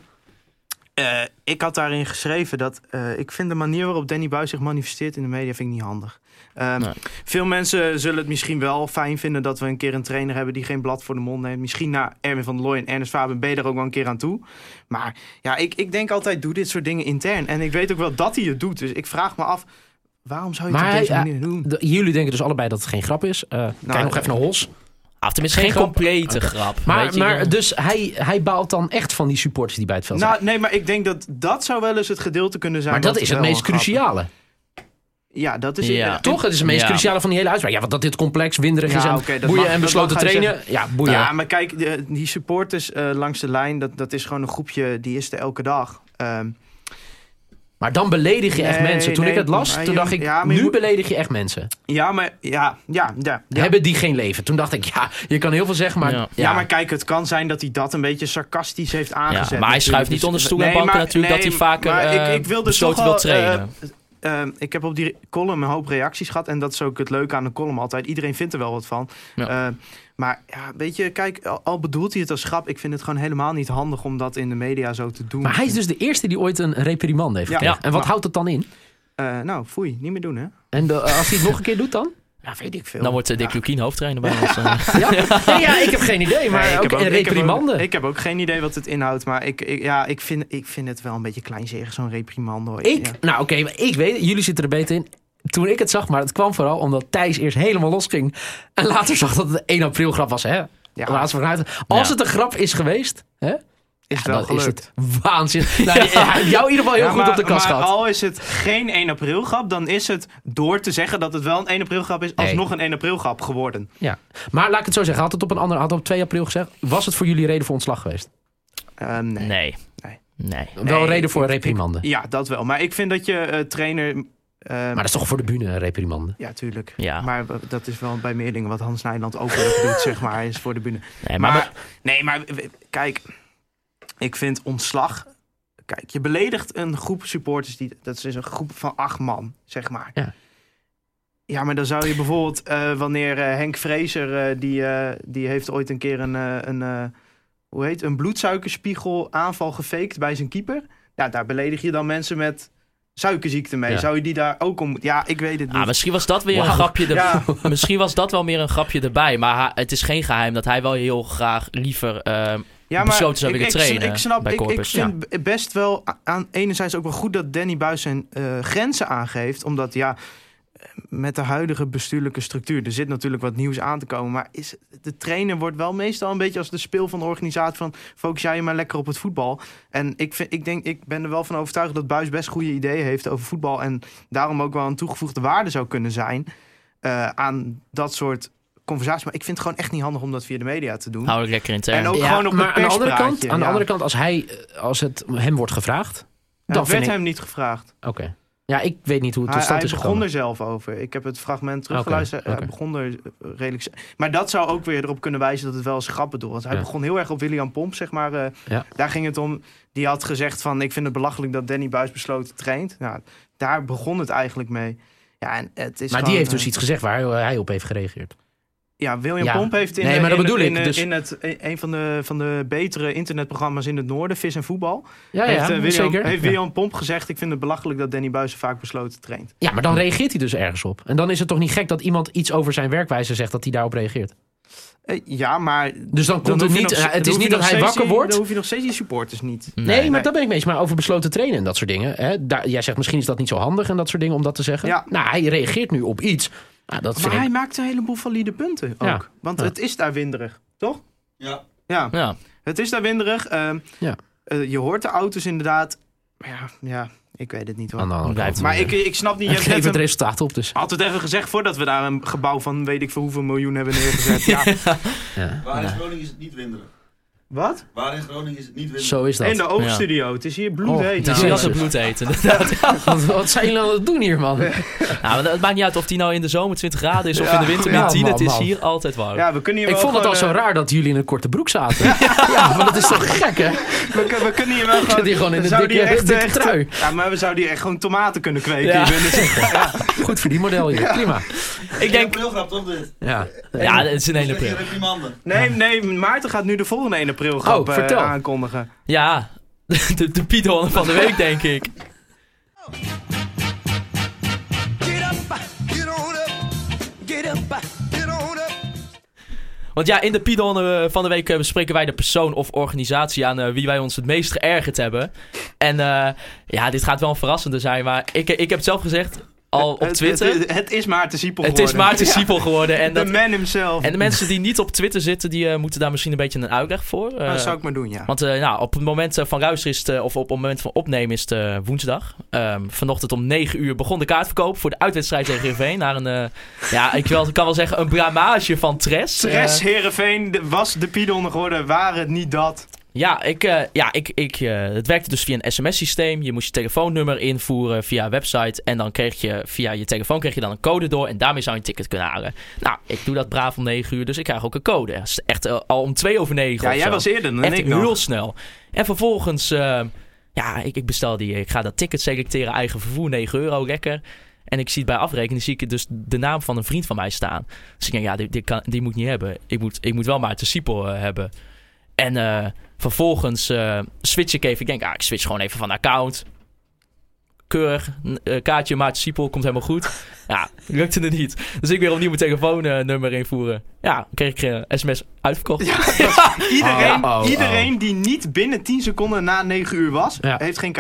Speaker 4: uh, uh, ik had daarin geschreven dat uh, ik vind de manier waarop Danny Buis zich manifesteert in de media vind ik niet handig. Um,
Speaker 3: Nee.
Speaker 4: Veel mensen zullen het misschien wel fijn vinden dat we een keer een trainer hebben die geen blad voor de mond neemt. Misschien na Erwin van der Looy en Ernest Faber ben je er ook wel een keer aan toe. Maar ja, ik, ik denk altijd, doe dit soort dingen intern. En ik weet ook wel dat hij het doet. Dus ik vraag me af, waarom zou je het
Speaker 5: Maar
Speaker 4: op deze
Speaker 5: hij-
Speaker 4: manier doen?
Speaker 5: De- jullie denken dus allebei dat het geen grap is. Uh, kijk nog
Speaker 4: eh,
Speaker 5: even naar Hols.
Speaker 3: Ah, tenminste,
Speaker 5: Geen
Speaker 3: geen,
Speaker 5: grap.
Speaker 3: complete
Speaker 5: Oké.
Speaker 3: grap.
Speaker 5: Maar,
Speaker 3: weet je,
Speaker 5: maar
Speaker 3: dan-
Speaker 5: dus hij, hij baalt dan echt van die supporters die bij het veld zijn.
Speaker 4: Nou, nee, maar ik denk dat dat zou wel eens het gedeelte kunnen zijn.
Speaker 5: maar dat
Speaker 4: wat
Speaker 5: is het
Speaker 4: wel
Speaker 5: meest
Speaker 4: een grap-
Speaker 5: cruciale.
Speaker 4: Ja, dat is
Speaker 3: Ja.
Speaker 4: eh,
Speaker 5: Toch? Het is het meest
Speaker 4: Ja.
Speaker 5: cruciale van die hele uitspraak. Ja, want dat dit complex, winderig
Speaker 4: Ja,
Speaker 5: is en
Speaker 4: oké, dat
Speaker 5: boeien
Speaker 4: mag-
Speaker 5: en
Speaker 4: dat
Speaker 5: besloten
Speaker 4: mag hij
Speaker 5: trainen. Ja, boeien.
Speaker 4: Ja, maar kijk, de, die supporters eh, langs de lijn, dat, dat is gewoon een groepje, die is er elke dag. Ehm,
Speaker 5: Maar dan beledig je echt
Speaker 4: Nee,
Speaker 5: mensen. Toen
Speaker 4: nee,
Speaker 5: ik het las,
Speaker 4: maar
Speaker 5: toen
Speaker 4: je-
Speaker 5: dacht ik,
Speaker 4: ja, maar je
Speaker 5: nu
Speaker 4: moet-
Speaker 5: beledig je echt mensen.
Speaker 4: ja, maar ja, ja, ja. ja.
Speaker 5: Hebben die geen leven? Toen dacht ik, ja, je kan heel veel zeggen, maar...
Speaker 3: Ja.
Speaker 5: Ja,
Speaker 4: Ja, maar kijk, het kan zijn dat hij dat een beetje sarcastisch heeft aangezet.
Speaker 3: Ja, maar hij schuift niet onder stoel en banken natuurlijk, dat hij vaker,
Speaker 4: maar
Speaker 3: eh,
Speaker 4: ik, ik wil dus
Speaker 3: besloten
Speaker 4: toch
Speaker 3: wil
Speaker 4: wel, eh,
Speaker 3: trainen.
Speaker 4: eh, ik heb op die column een hoop reacties gehad. En dat is ook het leuke aan de column altijd. Iedereen vindt er wel wat van.
Speaker 3: Ja.
Speaker 4: Eh, maar ja, weet je, kijk, al, al bedoelt hij het als grap. Ik vind het gewoon helemaal niet handig om dat in de media zo te doen.
Speaker 5: maar hij is dus de eerste die ooit een reprimande heeft
Speaker 4: Ja.
Speaker 5: gekregen.
Speaker 3: Ja.
Speaker 5: En wat
Speaker 4: Maar-
Speaker 5: houdt het dan in?
Speaker 4: Eh, nou, foei, niet meer doen, hè?
Speaker 5: En de- als hij het nog een keer doet dan?
Speaker 4: Ja, weet ik veel.
Speaker 3: Dan wordt uh, Dick
Speaker 4: Ja.
Speaker 3: Lukien hoofdtrainer bij ons. uh.
Speaker 5: Ja, nee, ja ik heb geen idee, maar
Speaker 4: Nee, ik
Speaker 5: ook
Speaker 4: heb
Speaker 5: een
Speaker 4: ik heb
Speaker 5: reprimande.
Speaker 4: ook- Ik heb ook geen idee wat het inhoudt. Maar ik, ik, ja, ik, vind, ik vind het wel een beetje kleinzerig, zo'n reprimande. Hoor.
Speaker 5: Ik,
Speaker 4: Ja.
Speaker 5: nou oké, maar ik weet, jullie zitten er beter in. Toen ik het zag, maar het kwam vooral omdat Thijs eerst helemaal losging. En later zag dat het een één april grap was, hè?
Speaker 4: Ja.
Speaker 5: Laatst vanuit. Als
Speaker 3: Ja.
Speaker 5: het een grap is geweest, hè?
Speaker 4: is het
Speaker 5: Ja,
Speaker 4: wel
Speaker 5: dan is
Speaker 4: gelukt.
Speaker 5: het waanzinnig. Nou, die- hij heeft jou in ieder geval heel
Speaker 4: Ja,
Speaker 5: goed
Speaker 4: maar,
Speaker 5: op de kast
Speaker 4: maar
Speaker 5: gehad.
Speaker 4: al is het geen één april grap, dan is het door te zeggen dat het wel een één april grap is,
Speaker 5: Nee.
Speaker 4: alsnog een één april grap geworden.
Speaker 5: Ja. Maar laat ik het zo zeggen. Had het op een andere, had het op twee april gezegd. Was het voor jullie reden voor ontslag geweest?
Speaker 4: Uh, nee.
Speaker 3: Nee.
Speaker 4: Nee.
Speaker 3: Nee.
Speaker 5: Wel
Speaker 4: Nee,
Speaker 5: reden voor
Speaker 4: ik-
Speaker 5: reprimande.
Speaker 4: ik- ja, dat wel. Maar ik vind dat je uh, trainer... Uh,
Speaker 5: Maar dat is toch voor de bühne een reprimande?
Speaker 4: Ja, tuurlijk.
Speaker 3: Ja.
Speaker 4: Maar w- dat is wel bij meer dingen wat Hans Nijland ook wel doet, zeg maar, is voor de bühne.
Speaker 3: Nee, maar,
Speaker 4: Maar, nee, maar w- kijk, ik vind ontslag... Kijk, je beledigt een groep supporters, die, dat is een groep van acht man, zeg maar.
Speaker 5: Ja.
Speaker 4: Ja, maar dan zou je bijvoorbeeld, uh, wanneer uh, Henk Vrezer, uh, die, uh, die heeft ooit een keer een, uh, een, uh, hoe heet, een bloedsuikerspiegel aanval gefaked bij zijn keeper. Ja, daar beledig je dan mensen met suikerziekte mee.
Speaker 5: Ja.
Speaker 4: Zou je die daar ook om... Ja, ik weet het niet.
Speaker 3: ah, misschien was dat weer
Speaker 5: Wauw.
Speaker 3: een grapje er...
Speaker 4: Ja.
Speaker 3: Misschien was dat wel meer een grapje erbij. Maar ha- het is geen geheim dat hij wel heel graag liever uh,
Speaker 4: Ja,
Speaker 3: besloten zou
Speaker 4: ik,
Speaker 3: willen
Speaker 4: ik,
Speaker 3: trainen
Speaker 4: ik snap,
Speaker 3: bij
Speaker 4: ik, ik
Speaker 3: Corpus.
Speaker 4: vind b- best wel aan enerzijds ook wel goed dat Danny Buis zijn uh, grenzen aangeeft. Omdat ja, met de huidige bestuurlijke structuur, er zit natuurlijk wat nieuws aan te komen. Maar is, de trainer wordt wel meestal een beetje als de speel van de organisatie van focus jij je maar lekker op het voetbal. En ik, vind, ik, denk, ik ben er wel van overtuigd dat Buis best goede ideeën heeft over voetbal. En daarom ook wel een toegevoegde waarde zou kunnen zijn uh, aan dat soort conversatie. Maar ik vind het gewoon echt niet handig om dat via de media te doen.
Speaker 3: Hou het lekker intern.
Speaker 4: En ook
Speaker 5: Ja,
Speaker 4: gewoon op
Speaker 5: maar
Speaker 4: een
Speaker 5: aan de andere kant,
Speaker 4: perspraatje,
Speaker 5: aan de
Speaker 4: ja.
Speaker 5: andere kant als, hij, als het hem wordt gevraagd...
Speaker 4: Ja,
Speaker 5: dan
Speaker 4: dat werd
Speaker 5: vind ik...
Speaker 4: hem niet gevraagd.
Speaker 5: Oké. Ja, ik weet niet hoe het tot
Speaker 4: Hij,
Speaker 5: stand
Speaker 4: hij
Speaker 5: is
Speaker 4: begon
Speaker 5: gekomen.
Speaker 4: er zelf over. Ik heb het fragment teruggeluisterd.
Speaker 5: Oké, oké.
Speaker 4: Hij begon er redelijk... Maar dat zou ook weer erop kunnen wijzen dat het wel eens grap bedoeld was. Hij
Speaker 5: Ja.
Speaker 4: begon heel erg op William Pomp, zeg maar. Uh,
Speaker 5: Ja.
Speaker 4: Daar ging het om. Die had gezegd van, ik vind het belachelijk dat Danny Buis besloten traint. Nou, daar begon het eigenlijk mee. Ja, en het is
Speaker 5: Maar
Speaker 4: gewoon,
Speaker 5: die heeft
Speaker 4: uh,
Speaker 5: dus iets gezegd waar hij, hij op heeft gereageerd.
Speaker 4: Ja, William
Speaker 5: Ja.
Speaker 4: Pomp heeft in,
Speaker 5: Nee,
Speaker 4: de-
Speaker 5: maar dat
Speaker 4: in,
Speaker 5: bedoel
Speaker 4: in,
Speaker 5: ik,
Speaker 4: in,
Speaker 5: dus-
Speaker 4: in het, een van de, van de betere internetprogramma's in het noorden, Vis en Voetbal,
Speaker 5: Ja,
Speaker 4: heeft,
Speaker 5: ja,
Speaker 4: uh, William,
Speaker 5: zeker.
Speaker 4: heeft
Speaker 5: Ja.
Speaker 4: William Pomp gezegd, ik vind het belachelijk dat Danny Buis vaak besloten traint.
Speaker 5: Ja, maar dan reageert hij dus ergens op. En dan is het toch niet gek dat iemand iets over zijn werkwijze zegt dat hij daarop reageert.
Speaker 4: Uh, ja, maar...
Speaker 5: Dus dan komt
Speaker 4: Dan
Speaker 5: het
Speaker 4: hoef je
Speaker 5: niet...
Speaker 4: nog-
Speaker 5: het
Speaker 4: dan
Speaker 5: is
Speaker 4: hoef
Speaker 5: niet
Speaker 4: je
Speaker 5: dat
Speaker 4: nog
Speaker 5: hij
Speaker 4: steeds
Speaker 5: wakker
Speaker 4: die-
Speaker 5: wordt.
Speaker 4: Dan hoef je nog steeds die supporters niet.
Speaker 5: Nee,
Speaker 3: Nee,
Speaker 5: maar
Speaker 4: nee.
Speaker 5: dat ben ik mee eens. Maar over besloten trainen en dat soort dingen. Hè, daar, jij zegt misschien is dat niet zo handig en dat soort dingen om dat te zeggen.
Speaker 4: Ja.
Speaker 5: Nou, hij reageert nu op iets. Nou, dat vind
Speaker 4: Maar hij
Speaker 5: ik...
Speaker 4: maakt een heleboel valide punten ook.
Speaker 5: Ja.
Speaker 4: Want
Speaker 5: Ja.
Speaker 4: het is daar winderig, toch?
Speaker 6: Ja.
Speaker 4: Ja,
Speaker 3: Ja.
Speaker 4: het is daar winderig. Ehm,
Speaker 5: Ja.
Speaker 4: eh, je hoort de auto's inderdaad. Maar ja, ja, ik weet het niet hoor.
Speaker 5: Aan de andere
Speaker 3: Blijft
Speaker 5: kant.
Speaker 4: Maar ik, ik snap niet. Je
Speaker 5: Ik
Speaker 4: hebt
Speaker 5: geef
Speaker 4: net
Speaker 5: het
Speaker 4: een-
Speaker 5: resultaat op, dus.
Speaker 4: altijd even gezegd voordat we daar een gebouw van weet ik veel hoeveel miljoen hebben neergezet. Ja.
Speaker 5: Ja.
Speaker 6: Waar in Groningen is het niet winderig?
Speaker 4: Wat?
Speaker 6: Waar in Groningen is het niet winderig?
Speaker 5: Zo is dat.
Speaker 4: In de oogstudio. Het is hier
Speaker 5: Oh,
Speaker 4: bloedheet.
Speaker 3: Het is
Speaker 5: Nou,
Speaker 3: hier als
Speaker 5: Jezus.
Speaker 3: een bloed eten, inderdaad.
Speaker 5: Wat, wat zijn jullie aan het doen hier, man?
Speaker 3: Nou, maar het maakt niet uit of die nou in de zomer twintig graden is of
Speaker 4: Ja.
Speaker 3: in de winter
Speaker 5: Ja,
Speaker 3: min tien.
Speaker 5: man,
Speaker 3: Het is
Speaker 5: man.
Speaker 3: hier altijd warm.
Speaker 4: Ja, we kunnen hier
Speaker 5: Ik
Speaker 4: wel
Speaker 5: vond het al
Speaker 4: gewoon,
Speaker 5: zo
Speaker 4: eh,
Speaker 5: raar dat jullie in een korte broek zaten. Ja, maar dat is toch gek, hè?
Speaker 4: We, kun- we kunnen hier wel
Speaker 5: Ik
Speaker 4: gewoon...
Speaker 5: zit hier gewoon in
Speaker 4: we
Speaker 5: een
Speaker 4: zouden
Speaker 5: dikke,
Speaker 4: hier echt,
Speaker 5: dikke
Speaker 4: echt-
Speaker 5: trui.
Speaker 4: Ja, maar we zouden hier echt gewoon tomaten kunnen kweken.
Speaker 3: Ja.
Speaker 4: hier binnen. Ja.
Speaker 5: Goed voor die model hier. Prima.
Speaker 3: Ik denk...
Speaker 6: Heel grap toch dit?
Speaker 5: Ja.
Speaker 3: Ja, het is een hele
Speaker 6: Zeg je
Speaker 3: pril.
Speaker 6: reprimande?
Speaker 4: Nee, nee, Maarten gaat nu de volgende één april grap
Speaker 5: Oh,
Speaker 4: eh,
Speaker 5: vertel.
Speaker 4: aankondigen.
Speaker 3: Ja, de, de Piet Hoorn van de week, denk ik.
Speaker 1: Get up, get on up, get up, get on up.
Speaker 3: Want ja, in de Piet Hoorn van de week eh, bespreken wij de persoon of organisatie aan eh, wie wij ons het meest geërgerd hebben. En eh, ja, dit gaat wel een verrassende zijn, maar ik, ik heb het zelf gezegd al op
Speaker 4: Het-
Speaker 3: Twitter.
Speaker 4: Het, het, het is Maarten Siepel
Speaker 3: Het
Speaker 4: geworden.
Speaker 3: is Maarten
Speaker 4: Ja.
Speaker 3: Siepel geworden. En,
Speaker 4: De
Speaker 3: dat,
Speaker 4: man himself.
Speaker 3: en de mensen die niet op Twitter zitten, die uh, moeten daar misschien een beetje een uitleg voor. Uh,
Speaker 4: dat zou ik maar doen, ja.
Speaker 3: Want uh, nou, op het moment uh, van luisteren is het, uh, of op het moment van opnemen is het uh, woensdag. Um, vanochtend om negen uur begon de kaartverkoop voor de uitwedstrijd tegen Heerenveen. Naar een, uh, ja, ik, wel, ik kan wel zeggen, een blamage van Tres.
Speaker 4: Tres,
Speaker 3: Uh,
Speaker 4: Heerenveen de- was de Piedon geworden, waren het niet dat.
Speaker 3: Ja, ik, uh, ja ik, ik, uh, het werkte dus via een sms-systeem. Je moest je telefoonnummer invoeren via een website. En dan kreeg je via je telefoon kreeg je dan een code door. En daarmee zou je een ticket kunnen halen. Nou, ik doe dat braaf om negen uur. Dus ik krijg ook een code. Dat is echt uh, al om twee over negen
Speaker 4: Ja,
Speaker 3: of
Speaker 4: jij
Speaker 3: zo.
Speaker 4: was eerder dan
Speaker 3: Echt
Speaker 4: ik
Speaker 3: heel
Speaker 4: nog.
Speaker 3: snel. En vervolgens, uh, ja, ik, ik bestel die. Ik ga dat ticket selecteren, eigen vervoer, negen euro, lekker. En ik zie het bij afrekening, zie ik dus de naam van een vriend van mij staan. Dus ik denk, ja, die, die, kan, die moet ik niet hebben. Ik moet, ik moet wel Maarten Siepel uh, hebben. En uh, vervolgens uh, switch ik even. Ik denk, ah, ik switch gewoon even van account. Keurig, uh, kaartje Maarten Siepel, komt helemaal goed. Ja, lukte het niet. Dus ik weer opnieuw mijn telefoonnummer invoeren. Ja, dan kreeg ik uh, sms uitverkocht.
Speaker 4: Iedereen,
Speaker 5: Oh, oh, oh.
Speaker 4: iedereen die niet binnen tien seconden na negen uur was,
Speaker 5: Ja.
Speaker 4: heeft geen kaart.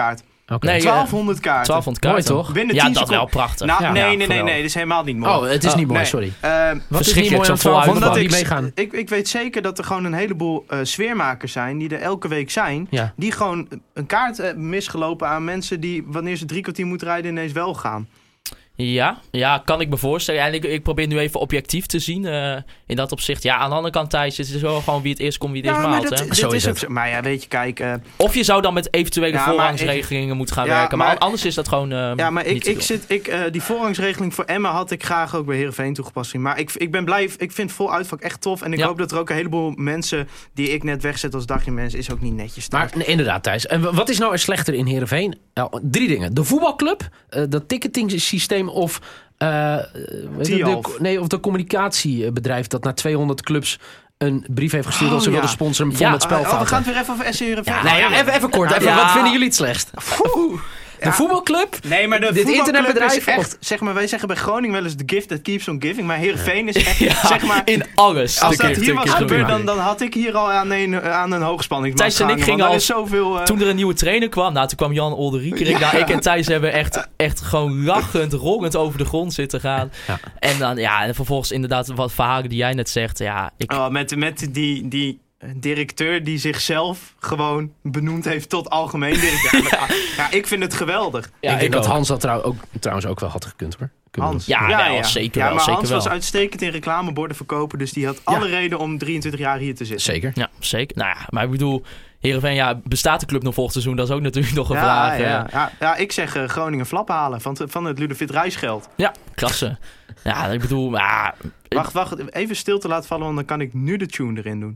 Speaker 5: Oké.
Speaker 3: Nee,
Speaker 4: twaalfhonderd kaarten.
Speaker 3: twaalfhonderd
Speaker 5: Mooi,
Speaker 3: kaarten.
Speaker 5: toch?
Speaker 4: Binnen
Speaker 3: Ja,
Speaker 4: tien
Speaker 3: dat
Speaker 4: seconden.
Speaker 3: wel prachtig.
Speaker 4: Nou,
Speaker 5: Ja,
Speaker 4: nee,
Speaker 3: ja,
Speaker 4: nee, nee,
Speaker 3: geweldig.
Speaker 4: nee. Dat is helemaal niet mooi.
Speaker 5: Oh, het is
Speaker 3: Oh,
Speaker 5: niet mooi,
Speaker 4: nee.
Speaker 5: sorry.
Speaker 4: Eh,
Speaker 5: Wat is niet
Speaker 3: Verschrikkelijk,
Speaker 5: mooi aan
Speaker 3: zo'n vol
Speaker 5: twaalfhonderd
Speaker 4: Omdat
Speaker 5: die
Speaker 4: ik,
Speaker 5: meegaan?
Speaker 4: ik, ik weet zeker dat er gewoon een heleboel uh, sfeermakers zijn die er elke week zijn.
Speaker 5: Ja.
Speaker 4: Die gewoon een kaart hebben misgelopen aan mensen die wanneer ze drie kwartier moeten rijden ineens wel gaan.
Speaker 3: Ja, ja, kan ik me voorstellen. En ik, ik probeer nu even objectief te zien uh, in dat opzicht. Ja, aan de andere kant, Thijs, het is wel gewoon wie het eerst komt, wie het
Speaker 4: Ja,
Speaker 3: eerst
Speaker 4: maar
Speaker 3: maalt.
Speaker 4: dat,
Speaker 3: hè?
Speaker 4: dat
Speaker 5: Zo
Speaker 4: is
Speaker 5: is
Speaker 4: ook
Speaker 5: het.
Speaker 4: zo. Maar ja, weet je, kijk. Uh,
Speaker 3: Of je zou dan met eventuele
Speaker 4: Ja, maar
Speaker 3: voorrangsregelingen moeten gaan
Speaker 4: ja,
Speaker 3: werken. Maar,
Speaker 4: maar-
Speaker 3: anders is dat gewoon uh,
Speaker 4: ja, maar ik,
Speaker 3: niet te
Speaker 4: ik
Speaker 3: doen.
Speaker 4: zit, ik, uh, die voorrangsregeling voor Emma had ik graag ook bij Heerenveen toegepast zien. Maar ik, ik ben blij, ik vind vol uitvak echt tof. En ik
Speaker 3: Ja.
Speaker 4: hoop dat er ook een heleboel mensen die ik net wegzet als dagje mensen, is ook niet netjes.
Speaker 5: Maar nee, inderdaad, Thijs. En wat is nou er slechter in Heerenveen? Nou, drie dingen. De voetbalclub, uh, dat ticketing-systeem of... Uh, weet je,
Speaker 4: Tialf.
Speaker 5: de, nee, of de communicatiebedrijf dat naar tweehonderd clubs een brief heeft gestuurd
Speaker 4: Oh,
Speaker 5: dat ze
Speaker 4: ja.
Speaker 5: wilden sponsoren vol
Speaker 3: Ja,
Speaker 5: met
Speaker 4: Oh, we
Speaker 5: spelfouten.
Speaker 4: gaan het weer even over S C Heerenveen.
Speaker 5: Ja, nou ja, even, even kort. Even,
Speaker 3: Ja.
Speaker 5: Wat vinden jullie het slechtst? De
Speaker 4: Ja.
Speaker 5: voetbalclub?
Speaker 4: Nee, maar de
Speaker 5: Dit
Speaker 4: voetbalclub
Speaker 5: internetbedrijf
Speaker 4: is echt, zeg maar, wij zeggen bij Groningen wel eens the gift that keeps on giving, maar Heerenveen is echt,
Speaker 3: Ja,
Speaker 4: zeg maar,
Speaker 3: in alles.
Speaker 4: als
Speaker 3: De
Speaker 4: dat
Speaker 3: gift
Speaker 4: hier
Speaker 3: that
Speaker 4: was
Speaker 3: keeps on
Speaker 4: gebeurd,
Speaker 3: giving.
Speaker 4: dan, dan had ik hier al aan een, aan een hoogspanningsmast
Speaker 3: Thijs en ik
Speaker 4: gehangen,
Speaker 3: gingen
Speaker 4: want er
Speaker 3: al-
Speaker 4: is zoveel... uh,
Speaker 3: Toen er een nieuwe trainer kwam, nou toen kwam Jan Olderiekerink.
Speaker 4: Ja.
Speaker 3: Nou, ik en Thijs hebben echt, echt gewoon lachend, rollend over de grond zitten gaan.
Speaker 5: Ja.
Speaker 3: En dan, ja, en vervolgens inderdaad wat verhalen die jij net zegt. Ja, ik,
Speaker 4: oh, met, met die, die directeur die zichzelf gewoon benoemd heeft tot algemeen directeur. ja. Ja, ik vind het geweldig.
Speaker 3: ja,
Speaker 5: ik denk dat
Speaker 3: ook.
Speaker 5: Hans dat trouw, ook, trouwens ook wel had gekund, hoor. Kunnen
Speaker 4: Hans.
Speaker 5: we-
Speaker 3: Ja, wel, zeker
Speaker 4: ja,
Speaker 3: wel,
Speaker 4: maar
Speaker 3: zeker
Speaker 4: Hans
Speaker 3: wel.
Speaker 4: was uitstekend in reclameborden verkopen, dus die had alle reden om drieëntwintig jaar hier te zitten.
Speaker 5: Zeker.
Speaker 3: Ja, zeker. Nou ja, maar ik bedoel, Heerenveen, ja, bestaat de club nog volgend seizoen? Dat is ook natuurlijk nog een
Speaker 4: Ja,
Speaker 3: vraag.
Speaker 4: ja,
Speaker 3: Ja,
Speaker 4: ja. ja, ik zeg uh, Groningen flap halen van, t- van het Ludovic reisgeld.
Speaker 3: ja, klasse. Ja, ik bedoel, ja,
Speaker 4: Wacht, wacht, even stil te laten vallen, want dan kan ik nu de tune erin doen.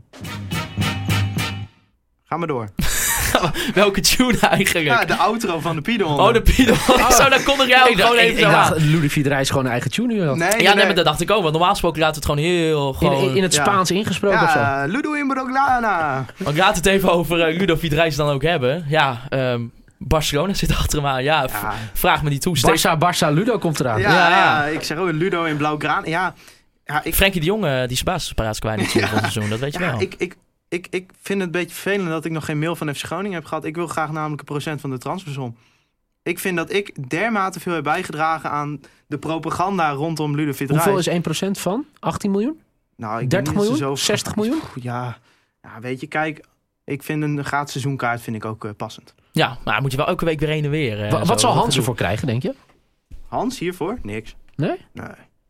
Speaker 4: Ga maar door.
Speaker 3: welke tune eigenlijk?
Speaker 4: Ja, de outro van de Pidon.
Speaker 3: Oh, de Pidon. Zo, dan kondig jij ook
Speaker 5: Ik dacht,
Speaker 3: gewoon
Speaker 5: ik,
Speaker 3: even
Speaker 5: ik
Speaker 3: zo
Speaker 5: dacht
Speaker 3: aan.
Speaker 5: Ludovic de Reis gewoon een eigen tune nu had.
Speaker 4: Nee,
Speaker 3: Ja, nee, maar dat dacht ik ook. Want normaal gesproken laat het gewoon heel
Speaker 5: In,
Speaker 3: gewoon...
Speaker 5: in, in het
Speaker 4: Ja.
Speaker 5: Spaans ingesproken of zo.
Speaker 4: Ja, Ludo in Broglana.
Speaker 3: Want ik laat het even over uh, Ludo Vidrijs dan ook hebben. Ja, um, Barcelona zit achter me aan. Ja, v-
Speaker 4: Ja.
Speaker 3: vraag me niet toe. Steek-
Speaker 5: Barça, Barça, Ludo komt eraan.
Speaker 4: Ja,
Speaker 3: Ja.
Speaker 4: ja, ik zeg ook Ludo in Blauwgraan. Ja, ja, ik,
Speaker 3: Frenkie de Jong, uh, die is basisparaads kwijt natuurlijk
Speaker 4: Ja.
Speaker 3: van het seizoen. Dat weet je
Speaker 4: ja,
Speaker 3: wel.
Speaker 4: ik, ik, ik, ik vind het een beetje vervelend dat ik nog geen mail van F C Groningen heb gehad. Ik wil graag namelijk een procent van de transfersom. Ik vind dat ik dermate veel heb bijgedragen aan de propaganda rondom Ludovic Reis.
Speaker 5: Hoeveel is één procent van? achttien miljoen?
Speaker 4: Nou, ik
Speaker 5: dertig
Speaker 4: denk niet dat ze
Speaker 5: miljoen?
Speaker 4: zo-
Speaker 5: zestig miljoen?
Speaker 4: Ja, ja, weet je, kijk, ik vind een gratis seizoenkaart vind ik ook uh, passend.
Speaker 3: Ja, maar moet je wel elke week weer heen en weer. uh,
Speaker 5: Wa-
Speaker 3: zo.
Speaker 5: wat zal
Speaker 3: Dat
Speaker 5: Hans
Speaker 3: gedoe.
Speaker 5: ervoor krijgen, denk je?
Speaker 4: Hans hiervoor? Niks.
Speaker 5: Nee?
Speaker 4: Nee.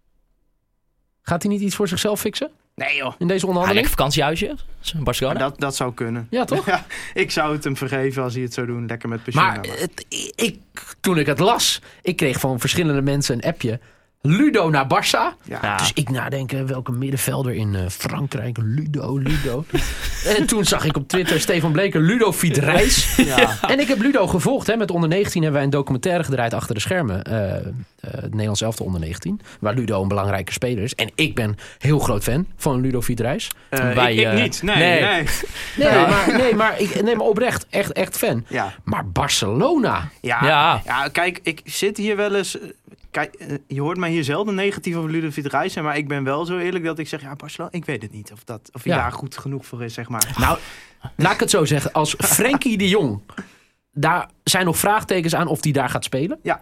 Speaker 5: Gaat hij niet iets voor zichzelf fixen
Speaker 4: Nee joh.
Speaker 5: in deze
Speaker 3: Ah,
Speaker 5: onderhandeling?
Speaker 3: lekker vakantiehuisje. Barcelona.
Speaker 4: Dat, dat zou kunnen.
Speaker 5: Ja, toch?
Speaker 4: Ja, ik zou het hem vergeven als hij het zou doen. Lekker met pensioen.
Speaker 5: Maar het, ik, toen ik het las, ik kreeg van verschillende mensen een appje. Ludo naar Barça.
Speaker 4: ja.
Speaker 3: Ja.
Speaker 5: Dus ik nadenken welke middenvelder in uh, Frankrijk. Ludo, Ludo. En toen zag ik op Twitter Stefan Bleker, Ludo Vidrijs.
Speaker 4: Ja.
Speaker 5: En ik heb Ludo gevolgd. Hè. Met onder negentien hebben wij een documentaire gedraaid achter de schermen. Uh, uh, het Nederlands elftal onder negentien. Waar Ludo een belangrijke speler is. En ik ben heel groot fan van Ludo Vidrijs.
Speaker 4: Uh,
Speaker 3: Wij,
Speaker 4: ik, ik
Speaker 3: uh,
Speaker 4: niet. Nee,
Speaker 3: nee.
Speaker 4: nee.
Speaker 5: Nee,
Speaker 3: Ja.
Speaker 5: maar, nee, maar, ik, nee, maar oprecht. Echt, echt fan.
Speaker 4: Ja.
Speaker 5: Maar Barcelona.
Speaker 4: Ja, ja.
Speaker 3: Ja.
Speaker 4: kijk, ik zit hier wel eens... Kijk, uh, je hoort mij hier zelden negatief over Ludovic Reis zijn, maar ik ben wel zo eerlijk dat ik zeg, ja, Barcelona, ik weet het niet of, dat, of hij
Speaker 5: Ja.
Speaker 4: daar goed genoeg voor is, zeg maar.
Speaker 5: Nou, laat ik het zo zeggen. Als Frenkie de Jong, daar zijn nog vraagtekens aan of hij daar gaat spelen.
Speaker 4: Ja.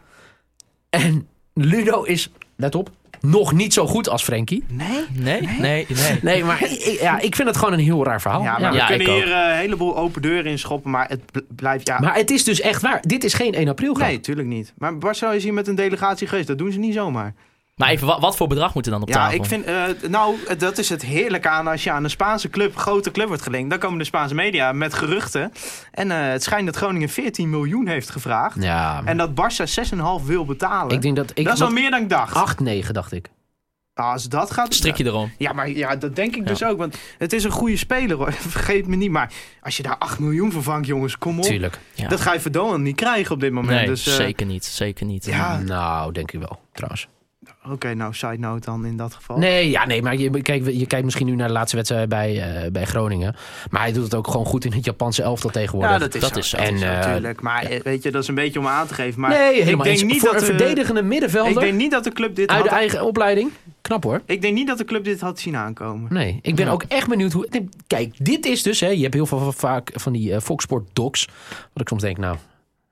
Speaker 5: En Ludo is, let op, nog niet zo goed als Frenkie.
Speaker 4: Nee?
Speaker 3: Nee, nee, nee.
Speaker 5: Nee, maar ik, ja, ik vind het gewoon een heel raar verhaal.
Speaker 4: Ja, maar
Speaker 5: Ja.
Speaker 4: we
Speaker 3: Ja,
Speaker 4: kunnen
Speaker 3: ik ook.
Speaker 4: hier uh, een heleboel open deuren in schoppen, maar het bl- blijft, ja...
Speaker 5: Maar het is dus echt waar. Dit is geen één april grap.
Speaker 4: nee, tuurlijk niet. Maar Barcelona is hier met een delegatie geweest, dat doen ze niet zomaar.
Speaker 3: Maar even, wat, wat voor bedrag moet er dan op
Speaker 4: Ja,
Speaker 3: tafel?
Speaker 4: ik vind, uh, nou, dat is het heerlijke aan als je aan een Spaanse club, grote club wordt gelinkt. Dan komen de Spaanse media met geruchten. En uh, het schijnt dat Groningen veertien miljoen heeft gevraagd.
Speaker 5: Ja,
Speaker 4: En dat Barça zes komma vijf wil betalen.
Speaker 5: ik denk dat ik...
Speaker 4: dat is al
Speaker 5: wat-
Speaker 4: meer dan ik dacht.
Speaker 5: acht, negen dacht ik.
Speaker 4: Nou, als dat gaat...
Speaker 3: Strik je erom.
Speaker 4: Ja, maar ja, dat denk ik
Speaker 3: Ja.
Speaker 4: dus ook. Want het is een goede speler, hoor. Vergeet me niet. Maar als je daar acht miljoen voor vangt, jongens, kom op.
Speaker 5: Tuurlijk.
Speaker 3: Ja.
Speaker 4: Dat ga je Verdonen niet krijgen op dit moment.
Speaker 3: Nee,
Speaker 4: dus, uh,
Speaker 3: zeker niet. Zeker niet.
Speaker 4: Ja.
Speaker 5: Nou, denk ik wel, trouwens.
Speaker 4: Oké, okay, nou, side note dan in dat geval.
Speaker 5: Nee, ja, nee, maar je, kijk, je kijkt misschien nu naar de laatste wedstrijd bij, uh, bij Groningen. Maar hij doet het ook gewoon goed in het Japanse elftal tegenwoordig.
Speaker 4: Ja, dat is
Speaker 3: Dat
Speaker 4: zo.
Speaker 3: is zo.
Speaker 4: Dat
Speaker 5: En,
Speaker 4: is zo,
Speaker 5: uh,
Speaker 4: natuurlijk. Maar eh, weet je, dat is een beetje om aan te geven. Maar
Speaker 5: nee,
Speaker 4: ik
Speaker 5: helemaal
Speaker 4: denk
Speaker 5: eens.
Speaker 4: niet
Speaker 5: Voor
Speaker 4: dat
Speaker 5: een
Speaker 4: de-
Speaker 5: verdedigende middenvelder
Speaker 4: Ik denk niet dat de club dit
Speaker 5: uit
Speaker 4: had...
Speaker 5: de eigen opleiding. Knap hoor.
Speaker 4: Ik denk niet dat de club dit had zien aankomen.
Speaker 5: Nee, ik ben
Speaker 3: Ja.
Speaker 5: ook echt benieuwd hoe... nee, kijk, dit is dus... Hè, je hebt heel veel vaak van die uh, Fox Sport docs. Wat ik soms denk, nou...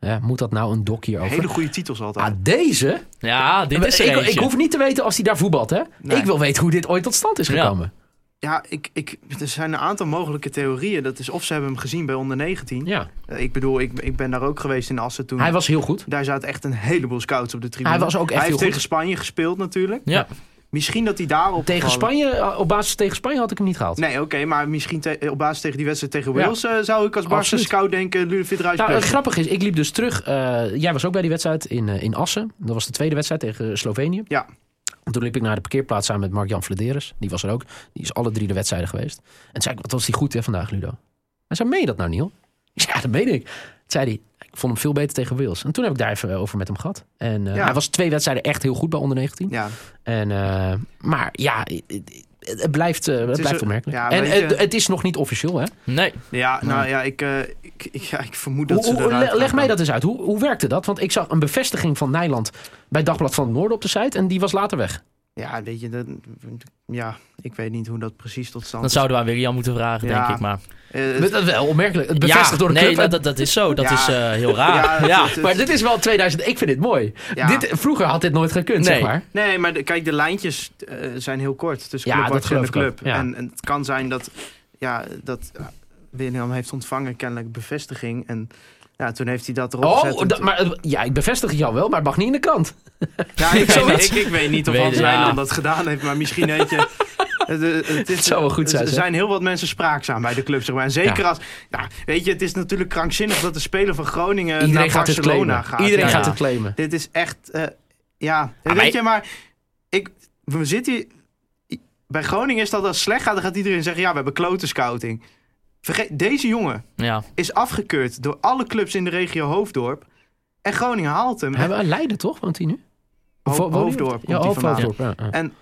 Speaker 5: Ja, moet dat nou een doc hierover?
Speaker 4: Hele goede titels altijd.
Speaker 5: Ah, deze?
Speaker 3: Ja, dit is er
Speaker 5: ik,
Speaker 3: eentje.
Speaker 5: ik hoef niet te weten als hij daar voetbalt, hè?
Speaker 4: Nee.
Speaker 5: Ik wil weten hoe dit ooit tot stand is gekomen.
Speaker 4: Ja, ik, ik, er zijn een aantal mogelijke theorieën. Dat is of ze hebben hem gezien bij onder negentien.
Speaker 5: Ja.
Speaker 4: Uh, ik bedoel, ik, ik ben daar ook geweest in Assen toen.
Speaker 5: Hij was heel goed.
Speaker 4: Daar zaten echt een heleboel scouts op de tribune.
Speaker 5: Hij was ook echt
Speaker 4: Hij
Speaker 5: heel
Speaker 4: heeft tegen
Speaker 5: goed.
Speaker 4: Spanje gespeeld natuurlijk.
Speaker 3: Ja.
Speaker 4: Misschien dat hij daarop...
Speaker 5: Tegen
Speaker 4: gevallen-
Speaker 5: Spanje, op basis tegen Spanje had ik hem niet gehaald.
Speaker 4: Nee, oké, okay, maar misschien te- op basis tegen die wedstrijd tegen
Speaker 5: Ja.
Speaker 4: Wales... Uh, zou ik als Barca
Speaker 5: Absoluut.
Speaker 4: scout denken, Ludovic Reis.
Speaker 5: Nou, het grappige is, ik liep dus terug. Uh, jij was ook bij die wedstrijd in, uh, in Assen. Dat was de tweede wedstrijd tegen Slovenië.
Speaker 4: Ja.
Speaker 5: En toen liep ik naar de parkeerplaats samen met Mark-Jan Flederis. Die was er ook. Die is alle drie de wedstrijden geweest. En toen zei ik, wat was die goed hè, vandaag, Ludo? Hij zei, meen je dat nou, Niel? Ik zei, ja, dat meen ik. Toen zei hij, ik vond hem veel beter tegen Wales. En toen heb ik daar even over met hem gehad. En uh,
Speaker 4: Ja.
Speaker 5: hij was twee wedstrijden echt heel goed bij onder negentien.
Speaker 4: Ja.
Speaker 5: En, uh, maar ja, het, het blijft, uh, het
Speaker 4: is
Speaker 5: blijft
Speaker 4: een-
Speaker 5: opmerkelijk.
Speaker 4: ja,
Speaker 5: en
Speaker 4: weet je-
Speaker 5: het, het is nog niet officieel, hè?
Speaker 3: Nee.
Speaker 4: Ja, nou ja, ik, uh, ik, ik, ja, ik vermoed dat
Speaker 5: Hoe,
Speaker 4: ze
Speaker 5: hoe,
Speaker 4: eruit
Speaker 5: le-
Speaker 4: gaan
Speaker 5: leg mij
Speaker 4: gaan.
Speaker 5: dat eens uit. Hoe, hoe werkte dat? Want ik zag een bevestiging van Nijland bij Dagblad van het Noorden op de site. En die was later weg.
Speaker 4: Ja, weet je, dat, ja, ik weet niet hoe dat precies tot stand
Speaker 3: Dat
Speaker 4: is.
Speaker 3: zouden we aan William moeten vragen,
Speaker 4: Ja.
Speaker 3: denk ik. Maar
Speaker 4: Uh,
Speaker 5: Dat is wel opmerkelijk. Het bevestigd
Speaker 3: ja,
Speaker 5: door de
Speaker 3: nee,
Speaker 5: club.
Speaker 3: dat, dat, dat is zo. Dat
Speaker 4: Ja.
Speaker 3: is uh, heel raar.
Speaker 4: Ja,
Speaker 3: Ja,
Speaker 4: het- het-
Speaker 5: Maar dit is wel tweeduizend. Ik vind dit mooi.
Speaker 4: Ja.
Speaker 5: Dit, vroeger had dit nooit gekund,
Speaker 3: Nee.
Speaker 5: zeg maar.
Speaker 4: Nee, maar de, kijk, de lijntjes uh, zijn heel kort tussen
Speaker 5: Ja,
Speaker 4: Club
Speaker 5: dat
Speaker 4: Watch en de
Speaker 5: geloof ik ook.
Speaker 4: club.
Speaker 5: Ja.
Speaker 4: En, en het kan zijn dat, ja, dat uh, William heeft ontvangen kennelijk bevestiging. En ja, toen heeft hij dat erop gezet.
Speaker 5: Oh,
Speaker 4: En
Speaker 5: da-
Speaker 4: toen-
Speaker 5: maar, uh, ja, ik bevestig het jou wel, maar het mag niet in de krant.
Speaker 4: ja, ik, weet,
Speaker 5: zoiets.
Speaker 4: ik, ik weet niet of
Speaker 3: Weet-
Speaker 4: Hans
Speaker 3: ja.
Speaker 4: Nijland dat gedaan heeft, maar misschien weet je... Het, het, het is,
Speaker 5: Het zou wel goed zijn,
Speaker 4: Er
Speaker 5: zeg.
Speaker 4: zijn heel wat mensen spraakzaam bij de club, zeg maar. En zeker
Speaker 5: Ja.
Speaker 4: als... Nou, weet je, het is natuurlijk krankzinnig dat de speler van Groningen
Speaker 5: Iedereen
Speaker 4: naar
Speaker 5: gaat het
Speaker 4: Barcelona
Speaker 5: claimen.
Speaker 4: gaat.
Speaker 5: Iedereen
Speaker 4: Ja,
Speaker 5: gaat
Speaker 4: ja.
Speaker 5: het claimen.
Speaker 4: Dit is echt... Uh, ja, weet
Speaker 3: maar-
Speaker 4: je, maar... Ik, we zitten hier... Bij Groningen is dat als het slecht gaat, dan gaat iedereen zeggen... Ja, we hebben klote scouting. Vergeet, deze jongen
Speaker 3: ja.
Speaker 4: is afgekeurd door alle clubs in de regio Hoofddorp. En Groningen haalt hem.
Speaker 5: Hebben we Leiden, toch? Woont hij nu?
Speaker 4: Ho-
Speaker 5: Of wo- woont hij-
Speaker 4: Hoofddorp komt
Speaker 5: Ja,
Speaker 4: hij
Speaker 5: Hoofd-
Speaker 4: vandaan.
Speaker 5: Hoofddorp. Ja, ja.
Speaker 4: En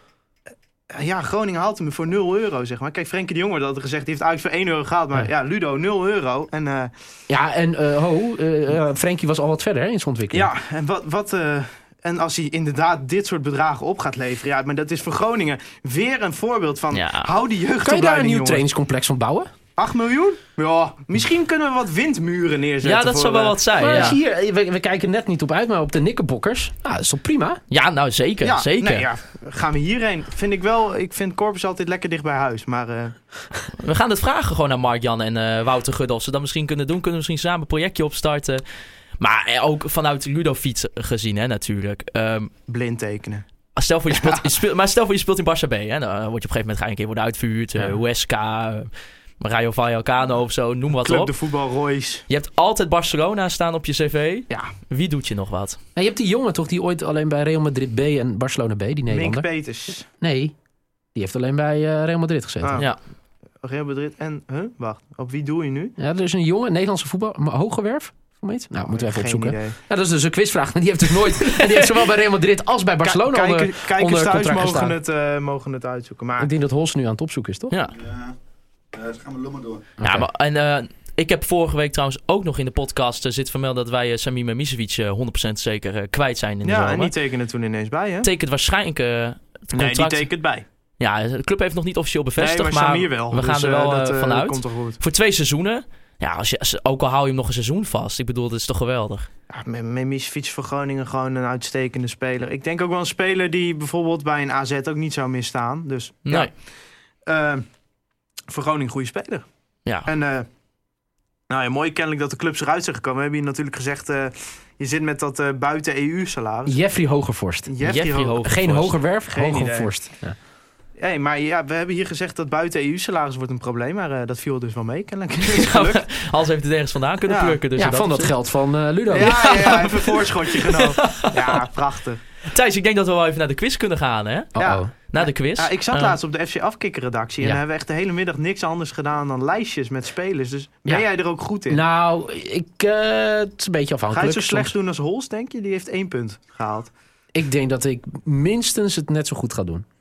Speaker 4: eh, ja, Groningen haalt hem voor nul euro, zeg maar. Kijk, Frenkie de Jong had gezegd, die heeft eigenlijk voor één euro gehaald. Maar
Speaker 5: Ja.
Speaker 4: ja, Ludo, nul euro. En uh,
Speaker 5: Ja, en uh, ho, uh, uh, Frenkie was al wat verder hè, in zijn ontwikkeling.
Speaker 4: ja, en wat... wat uh, en als hij inderdaad dit soort bedragen op gaat leveren... Ja, maar dat is voor Groningen weer een voorbeeld van...
Speaker 3: Ja.
Speaker 4: Hou die jeugd
Speaker 5: Kan je daar een nieuw
Speaker 4: jongen.
Speaker 5: trainingscomplex van bouwen?
Speaker 4: acht miljoen? Ja, misschien kunnen we wat windmuren neerzetten.
Speaker 3: ja, dat
Speaker 4: voor,
Speaker 3: zou wel
Speaker 4: uh,
Speaker 3: wat zijn.
Speaker 5: Maar
Speaker 3: Ja.
Speaker 5: als je hier, we, we kijken net niet op uit, maar op de Knickerbockers. Nou, dat is toch prima?
Speaker 3: ja, nou zeker.
Speaker 4: Ja,
Speaker 3: zeker.
Speaker 4: nee, ja. Gaan we hierheen? Vind ik wel... Ik vind Corpus altijd lekker dicht bij huis. Maar uh,
Speaker 3: We gaan het vragen gewoon aan Mark-Jan en uh, Wouter Gudde. Of ze dat misschien kunnen doen. Kunnen we misschien samen een projectje opstarten. Maar eh, ook vanuit Ludo-fiets gezien, hè, natuurlijk. Um,
Speaker 4: blind tekenen.
Speaker 3: Stel voor je speelt, je speelt, maar stel voor je speelt in Barça B. Hè, dan word je op een gegeven moment ga je een keer worden uitverhuurd. Uh,
Speaker 5: Ja.
Speaker 3: Huesca, uh, Rayo Vallecano of zo, noem wat
Speaker 4: Club
Speaker 3: op.
Speaker 4: de voetbal, Royce.
Speaker 3: Je hebt altijd Barcelona staan op je cv.
Speaker 4: Ja,
Speaker 3: Wie doet je nog wat?
Speaker 5: Nou, je hebt die jongen toch die ooit alleen bij Real Madrid B en Barcelona B, die
Speaker 4: Mink
Speaker 5: Nederlander?
Speaker 4: Peters.
Speaker 5: Nee, die heeft alleen bij uh, Real Madrid gezeten.
Speaker 4: Ah.
Speaker 3: Ja.
Speaker 4: Real Madrid en... Huh? Wacht, op wie doe je nu?
Speaker 5: Ja, er is een jonge Nederlandse voetbal, maar Hogewerf? Nou, moeten we even
Speaker 4: Geen
Speaker 5: opzoeken.
Speaker 4: idee.
Speaker 5: Ja, dat is dus een quizvraag. Die heeft dus nooit. En die heeft zowel bij Real Madrid als bij Barcelona
Speaker 4: Ka-
Speaker 5: onder,
Speaker 4: kijker- kijkers
Speaker 5: onder
Speaker 4: thuis
Speaker 5: contract
Speaker 4: mogen
Speaker 5: gestaan.
Speaker 4: het, uh, mogen het uitzoeken. Maar
Speaker 5: Ik denk dat Hols nu aan het opzoeken is, toch?
Speaker 3: Ja.
Speaker 6: Ja, uh, ze gaan met Lummer door.
Speaker 3: Ja,
Speaker 5: Oké.
Speaker 3: maar, en uh, ik heb vorige week trouwens ook nog in de podcast uh, zit vermeld dat wij uh, Sami Memisevic uh, honderd procent zeker uh, kwijt zijn in de
Speaker 4: ja,
Speaker 3: zomer.
Speaker 4: en die tekenen toen ineens bij, hè?
Speaker 3: Tekent waarschijnlijk uh, het
Speaker 4: Nee,
Speaker 3: contract.
Speaker 4: die tekent bij.
Speaker 3: Ja, de club heeft nog niet officieel bevestigd,
Speaker 4: nee, maar
Speaker 3: maar
Speaker 4: Samir wel.
Speaker 3: we gaan
Speaker 4: Dus,
Speaker 3: er wel
Speaker 4: uh,
Speaker 3: uh,
Speaker 4: dat, uh,
Speaker 3: vanuit.
Speaker 4: komt toch goed.
Speaker 3: Voor twee seizoenen. Ja, als je, als, ook al hou je hem nog een seizoen vast. Ik bedoel, dat is toch geweldig.
Speaker 4: Ja, Memisevic voor Groningen gewoon een uitstekende speler. Ik denk ook wel een speler die bijvoorbeeld bij een A Z ook niet zou misstaan. Dus
Speaker 3: Nee.
Speaker 4: ja, uh, voor Groningen een goede speler.
Speaker 3: Ja.
Speaker 4: En uh, nou ja, mooi kennelijk dat de clubs eruit zijn gekomen. We hebben hier natuurlijk gezegd, uh, je zit met dat uh, buiten E U-salaris.
Speaker 5: Jeffrey Hogervorst.
Speaker 4: Jeffrey
Speaker 3: Jeffrey
Speaker 4: Ho-
Speaker 3: Hogervorst.
Speaker 5: Geen Hogerwerf,
Speaker 4: Geen
Speaker 5: Hogervorst. Ja.
Speaker 4: Hey, maar ja, we hebben hier gezegd dat buiten E U-salaris wordt een probleem. Maar uh, dat viel dus wel mee, kennelijk. Is gelukt.
Speaker 3: Als heeft het ergens vandaan kunnen
Speaker 4: Ja.
Speaker 3: plukken. Dus
Speaker 5: Ja,
Speaker 3: in
Speaker 5: van dat
Speaker 3: opzicht-
Speaker 5: geld van uh, Ludo.
Speaker 4: Ja, ja, ja, even een voorschotje genomen. Ja, prachtig.
Speaker 3: Thijs, ik denk dat we wel even naar de quiz kunnen gaan, hè?
Speaker 5: Uh-oh.
Speaker 4: Ja.
Speaker 3: Naar de quiz.
Speaker 4: Ja, ik zat
Speaker 3: Uh,
Speaker 4: laatst op de F C Afkikker-redactie. En
Speaker 5: Ja.
Speaker 4: dan hebben we echt de hele middag niks anders gedaan dan lijstjes met spelers. Dus ben
Speaker 5: Ja.
Speaker 4: jij er ook goed in?
Speaker 5: Nou, ik, uh, het is een beetje
Speaker 4: Ga je
Speaker 5: afhankelijk.
Speaker 4: het zo slecht
Speaker 5: Soms-
Speaker 4: doen als Hols, denk je? Die heeft één punt gehaald.
Speaker 5: Ik denk dat ik minstens het net zo goed ga doen.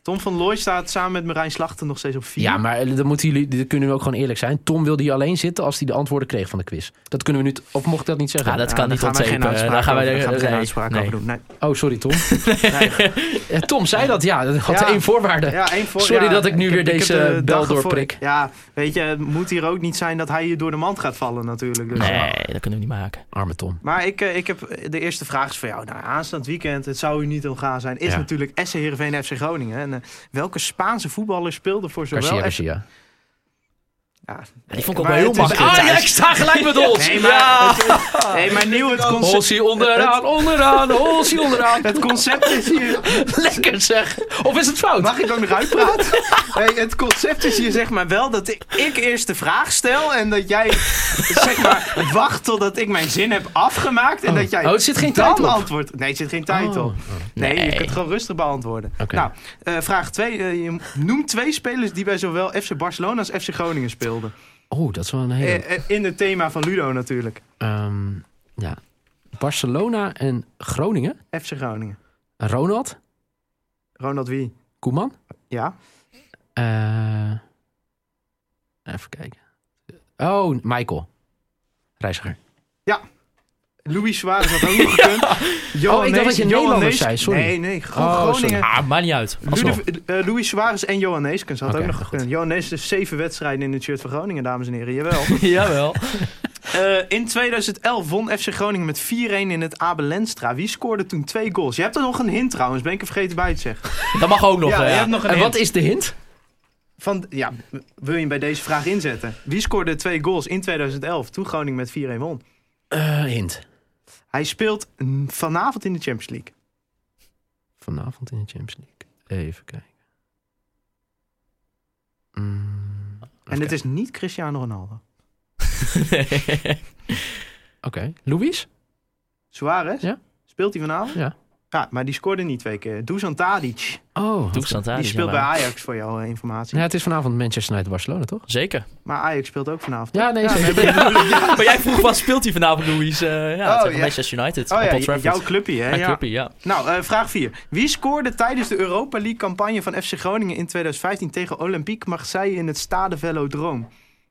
Speaker 4: Tom van Looy staat samen met Marijn Slachter nog steeds op vier.
Speaker 5: Ja, maar dan moeten jullie, dan kunnen we ook gewoon eerlijk zijn. Tom wilde hier alleen zitten als hij de antwoorden kreeg van de quiz. Dat kunnen we nu, t- of mocht ik dat niet zeggen?
Speaker 3: Ja, dat
Speaker 4: Ja,
Speaker 3: kan
Speaker 4: daar
Speaker 3: niet
Speaker 4: gaan wij geen
Speaker 3: onttapen.
Speaker 4: uitspraak
Speaker 3: Daar gaan wij
Speaker 4: over- daar gaan we geen
Speaker 3: nee,
Speaker 4: uitspraak
Speaker 3: nee.
Speaker 4: over doen. Nee.
Speaker 5: Oh, sorry Tom. Ja, Tom zei dat, ja. Dat had
Speaker 4: Ja.
Speaker 5: één voorwaarde.
Speaker 4: Ja, één voor,
Speaker 5: Sorry
Speaker 4: ja,
Speaker 5: dat ik nu weer
Speaker 4: heb-
Speaker 5: deze
Speaker 4: heb de
Speaker 5: bel
Speaker 4: dag ervoor-
Speaker 5: doorprik.
Speaker 4: Ja, weet je, het moet hier ook niet zijn dat hij hier door de mand gaat vallen natuurlijk. Dus,
Speaker 3: Nee,
Speaker 4: uh,
Speaker 3: dat kunnen we niet maken.
Speaker 5: Arme Tom.
Speaker 4: Maar ik, uh, ik heb de eerste vraag is voor jou. Nou, aanstaand weekend, het zou u niet omgaan zijn, is
Speaker 5: Ja. natuurlijk
Speaker 4: natuurlijk S C Heerenveen en F C Groningen. En uh, welke Spaanse voetballer speelde voor zowel...
Speaker 5: Garcia,
Speaker 4: F C
Speaker 5: Garcia.
Speaker 4: Ja,
Speaker 3: Ja, die vond ik ook
Speaker 4: maar
Speaker 3: wel heel
Speaker 4: het is-
Speaker 3: makkelijk.
Speaker 5: Ah, ja,
Speaker 3: Thijs.
Speaker 5: ik sta gelijk met ons.
Speaker 4: Nee, maar, het, nee, maar nieuw, het concept,
Speaker 5: Holsie onderaan, onderaan, Holsie onderaan.
Speaker 4: het concept is hier...
Speaker 5: Lekker zeg. Of is het fout?
Speaker 4: Mag ik ook nog uitpraten? Hey, het concept is hier zeg maar wel dat ik, ik eerst de vraag stel en dat jij zeg maar wacht totdat ik mijn zin heb afgemaakt en
Speaker 5: Oh.
Speaker 4: dat jij
Speaker 5: Oh, het zit geen
Speaker 4: dan
Speaker 5: tijd op.
Speaker 4: antwoordt. Nee, er zit geen tijd
Speaker 5: Oh.
Speaker 4: op. Nee,
Speaker 3: Nee.
Speaker 4: je kunt gewoon rustig beantwoorden.
Speaker 5: Oké.
Speaker 4: Nou, eh, vraag twee. Noem twee spelers die bij zowel F C Barcelona als F C Groningen speelden.
Speaker 5: Oh, dat is wel een hele...
Speaker 4: Eh, eh, in het thema van Ludo natuurlijk.
Speaker 5: Ehm, ja. Barcelona en Groningen.
Speaker 4: F C Groningen.
Speaker 5: Ronald.
Speaker 4: Ronald wie?
Speaker 5: Koeman.
Speaker 4: Ja.
Speaker 5: Eh, even kijken. Oh, Michael. Reiziger.
Speaker 4: Louis Suarez had ook nog gekund. Johan
Speaker 5: Oh, ik dacht dat je
Speaker 4: Nees- Johan
Speaker 5: Nederlanders
Speaker 4: Nees-
Speaker 5: zei, sorry.
Speaker 4: Nee, nee. Gewoon
Speaker 5: Oh, sorry.
Speaker 4: Groningen.
Speaker 3: Ah, maakt niet uit. Alsnog.
Speaker 4: Ludov- eh, Louis Suarez en Johan Neeskens had
Speaker 5: Oké,
Speaker 4: ook nog
Speaker 5: goed.
Speaker 4: gekund. Johan Neeskens dus zeven wedstrijden in het shirt van Groningen, dames en heren. Jawel.
Speaker 3: Jawel.
Speaker 4: Eh, in tweeduizend elf won F C Groningen met vier-een in het Abel Lenstra. Wie scoorde toen twee goals? Je hebt er nog een hint trouwens, ben ik er vergeten bij te zeggen.
Speaker 3: Dat mag ook nog.
Speaker 4: ja,
Speaker 3: eh,
Speaker 4: je
Speaker 3: ja.
Speaker 4: hebt nog een
Speaker 5: En
Speaker 4: hint.
Speaker 5: wat is de hint?
Speaker 4: Van, ja, wil je hem bij deze vraag inzetten? Wie scoorde twee goals in tweeduizend elf toen Groningen met vier-een won?
Speaker 5: Eh, hint.
Speaker 4: Hij speelt mm, vanavond in de Champions League.
Speaker 5: Vanavond in de Champions League. Even kijken. Mm,
Speaker 4: En het is niet Cristiano Ronaldo.
Speaker 5: Oké. Louis?
Speaker 4: Suarez?
Speaker 5: Ja.
Speaker 4: Speelt hij vanavond?
Speaker 5: Ja.
Speaker 4: Ja, maar die scoorde niet twee keer. Dusan Tadic.
Speaker 5: Oh.
Speaker 3: Toestand aan.
Speaker 4: Die speelt bij Ajax, voor jouw eh, informatie.
Speaker 5: Ja, het is vanavond Manchester United Barcelona, toch?
Speaker 3: Zeker.
Speaker 4: Maar Ajax speelt ook vanavond.
Speaker 5: Ja, nee,
Speaker 4: Ja,
Speaker 5: zeker.
Speaker 4: nee, maar-
Speaker 3: Maar jij vroeg, wat speelt hij vanavond, Louis? Eh ja,
Speaker 4: Oh,
Speaker 3: tegen
Speaker 4: ja.
Speaker 3: Manchester United.
Speaker 4: Oh
Speaker 3: op
Speaker 4: ja,
Speaker 3: Old
Speaker 4: j-
Speaker 3: Trafford.
Speaker 4: jouw clubje, hè?
Speaker 3: Mijn
Speaker 4: Ja.
Speaker 3: clubje, ja.
Speaker 4: Nou, eh, vraag vier. Wie scoorde tijdens de Europa League campagne van F C Groningen in tweeduizend vijftien tegen Olympique Marseille in het Stade Velodrome?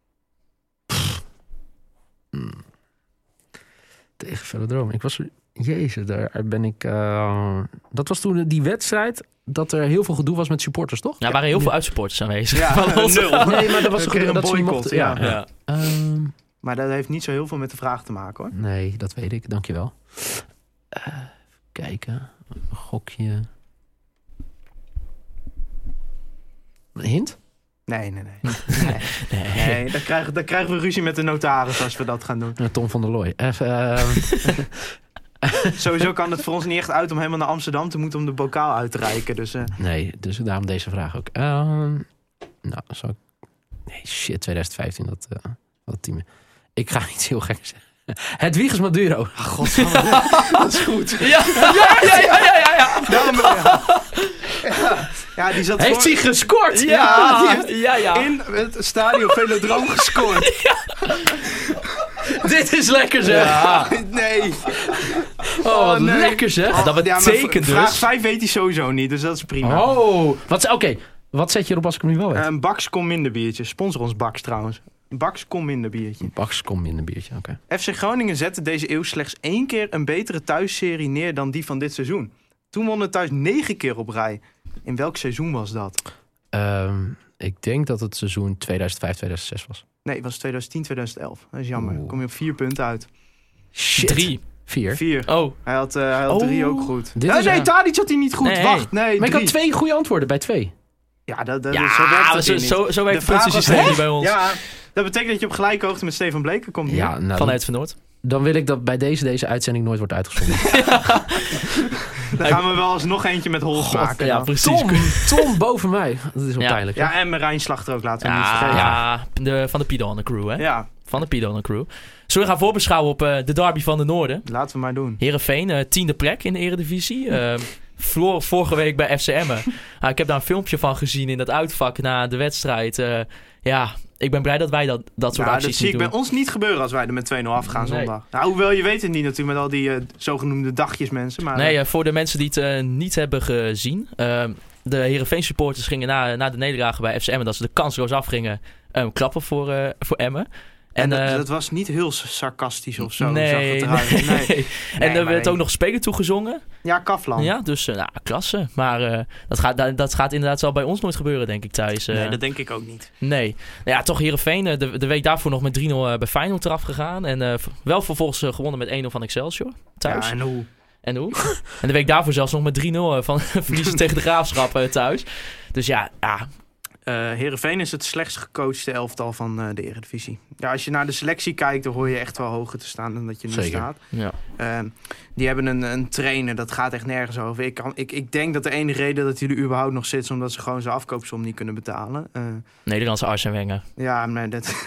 Speaker 5: Tegen Velodrome. Ik was er... Jezus, daar ben ik... eh, Dat was toen die wedstrijd dat er heel veel gedoe was met supporters, toch?
Speaker 3: Ja, er waren heel veel uitsupporters aanwezig.
Speaker 4: Ja,
Speaker 3: Van ons.
Speaker 4: nul.
Speaker 5: Nee, maar dat was
Speaker 4: Een
Speaker 5: toch
Speaker 4: keer een
Speaker 5: dat ze niet
Speaker 4: boycott,
Speaker 5: mochten...
Speaker 4: ja.
Speaker 3: Ja.
Speaker 5: Ehm,
Speaker 4: Maar dat heeft niet zo heel veel met de vraag te maken, hoor.
Speaker 5: nee, dat weet ik. Dankjewel. Uh, even kijken. Een gokje. Een hint?
Speaker 4: Nee, nee, nee. Nee,
Speaker 3: Nee.
Speaker 4: nee dan, krijgen, dan krijgen we ruzie met de notaris als we dat gaan doen.
Speaker 5: Uh, Tom van der Looy. Even, ehm,
Speaker 4: Sowieso kan het voor ons niet echt uit om helemaal naar Amsterdam te moeten om de bokaal uit te reiken. Dus eh,
Speaker 5: nee, dus daarom deze vraag ook. Ehm, nou, zou ik... Nee, shit, tweeduizend vijftien, dat, uh, dat team. Ik ga iets heel geks zeggen. Hedwiges Maduro.
Speaker 4: godsamme, dat is goed.
Speaker 3: Ja, ja, ja, ja, ja, ja, ja.
Speaker 4: Daarom, ja. Ja, ja, die zat
Speaker 5: Heeft
Speaker 4: voor-
Speaker 5: hij gescoord?
Speaker 4: Ja, die heeft
Speaker 3: ja, ja.
Speaker 4: in het stadion Velodrome gescoord.
Speaker 5: Dit is lekker zeg.
Speaker 3: Ja.
Speaker 4: Nee.
Speaker 5: Oh, wat
Speaker 4: nee.
Speaker 5: lekker zeg.
Speaker 3: Dat
Speaker 4: Ja, maar
Speaker 3: betekent
Speaker 4: v- Vraag
Speaker 3: dus...
Speaker 4: vijf weet hij sowieso niet, dus dat is prima.
Speaker 5: Oh, wat, oké. Wat zet je erop als ik hem nu wel weet?
Speaker 4: Een Baks kom minder biertje. Sponsor ons Baks trouwens. Baks kom minder biertje.
Speaker 5: Baks, kom in een biertje, oké.
Speaker 4: F C Groningen zette deze eeuw slechts één keer een betere thuisserie neer dan die van dit seizoen. Toen won het thuis negen keer op rij. In welk seizoen was dat?
Speaker 5: Ehm, ik denk dat het seizoen tweeduizend vijf tweeduizend zes was.
Speaker 4: Nee, het was tweeduizend tien tweeduizend elf. Dat is jammer.
Speaker 5: Oeh.
Speaker 4: Kom je op vier punten uit.
Speaker 5: Shit.
Speaker 3: Drie.
Speaker 5: Vier.
Speaker 4: Vier.
Speaker 3: Oh,
Speaker 4: Hij had, uh, hij had
Speaker 3: Oh.
Speaker 4: drie ook goed.
Speaker 5: Dit
Speaker 4: nee,
Speaker 5: is,
Speaker 4: nee,
Speaker 5: uh,
Speaker 4: Tadic had hij niet goed.
Speaker 3: Nee.
Speaker 4: Wacht, nee,
Speaker 5: Maar ik
Speaker 4: drie.
Speaker 5: had twee goede antwoorden bij twee.
Speaker 4: Ja, dat, dat,
Speaker 3: ja,
Speaker 4: zo werkt het
Speaker 3: zo,
Speaker 4: hier niet.
Speaker 3: zo, zo werkt
Speaker 4: De
Speaker 3: het
Speaker 4: vraag was-
Speaker 3: puntensysteem
Speaker 4: Hè?
Speaker 3: niet bij ons.
Speaker 4: Ja, dat betekent dat je op gelijke hoogte met Stefan Bleken komt.
Speaker 5: Ja, nou,
Speaker 3: Vanuit Van Noord.
Speaker 5: dan wil ik dat bij deze, deze uitzending nooit wordt uitgezonden.
Speaker 4: Dan gaan we wel eens nog eentje met Hols maken.
Speaker 3: Ja,
Speaker 4: dan.
Speaker 3: precies.
Speaker 5: Tom, Tom boven mij. Dat is wel
Speaker 3: Ja.
Speaker 5: pijnlijk. hè?
Speaker 4: Ja, en Marijn Slachter ook, laten we niet
Speaker 3: Ja,
Speaker 4: vergeten.
Speaker 3: ja de, van de Pidon Crew, hè?
Speaker 4: Ja,
Speaker 3: Van de Pidon Crew. Zullen we gaan voorbeschouwen op uh, de derby van de Noorden?
Speaker 4: laten we maar doen.
Speaker 3: Heerenveen, uh, tiende plek in de Eredivisie. Uh, verloren vorige week bij F C Emmen. Uh, ik heb daar een filmpje van gezien in dat uitvak na de wedstrijd. Uh, ja, ik ben blij dat wij dat, dat soort
Speaker 4: Ja,
Speaker 3: acties
Speaker 4: dat zie
Speaker 3: niet
Speaker 4: ik
Speaker 3: doen.
Speaker 4: bij ons niet gebeuren als wij er met twee nul afgaan
Speaker 3: Nee.
Speaker 4: zondag. Nou, hoewel je weet het niet natuurlijk met al die uh, zogenoemde dagjes mensen. Maar,
Speaker 3: Nee,
Speaker 4: uh,
Speaker 3: uh, voor de mensen die het uh, niet hebben gezien. Uh, de Heerenveen supporters gingen na, na de nederlagen bij F C Emmen, dat ze de kansloos afgingen, um, klappen voor, uh, voor Emmen.
Speaker 4: En, en dat,
Speaker 3: uh,
Speaker 4: dat was niet heel sarcastisch of zo.
Speaker 3: Nee,
Speaker 4: zag het eruit.
Speaker 3: nee.
Speaker 4: nee.
Speaker 3: nee. En er werd
Speaker 4: nee.
Speaker 3: ook nog spelen toegezongen.
Speaker 4: Ja, Kaflan.
Speaker 3: Ja, dus uh, nou, klasse. Maar uh, dat, gaat, dat, dat gaat inderdaad zal bij ons nooit gebeuren, denk ik, Thijs. Uh,
Speaker 4: Nee, dat denk ik ook niet.
Speaker 3: Nee. Nou ja, toch Heerenveen uh, de, de week daarvoor nog met drie nul uh, bij Feyenoord eraf gegaan. En uh, wel vervolgens uh, gewonnen met één nul van Excelsior. Thuis.
Speaker 4: Ja, en hoe?
Speaker 3: En hoe? En de week daarvoor zelfs nog met drie nul uh, van verliezen tegen de Graafschap uh, thuis. Dus ja, ja.
Speaker 4: Uh, Heerenveen is het slechtst gecoachte elftal van uh, de Eredivisie. Ja, als je naar de selectie kijkt, dan hoor je echt wel hoger te staan dan dat je nu
Speaker 5: Zeker.
Speaker 4: staat.
Speaker 3: ja.
Speaker 4: Uh, die hebben een, een trainer, dat gaat echt nergens over. Ik, kan, ik, ik denk dat de enige reden dat hij er überhaupt nog zit, is omdat ze gewoon zijn afkoopsom niet kunnen betalen. Uh,
Speaker 3: Nederlandse Arsene Wenger.
Speaker 4: ja, nee, dat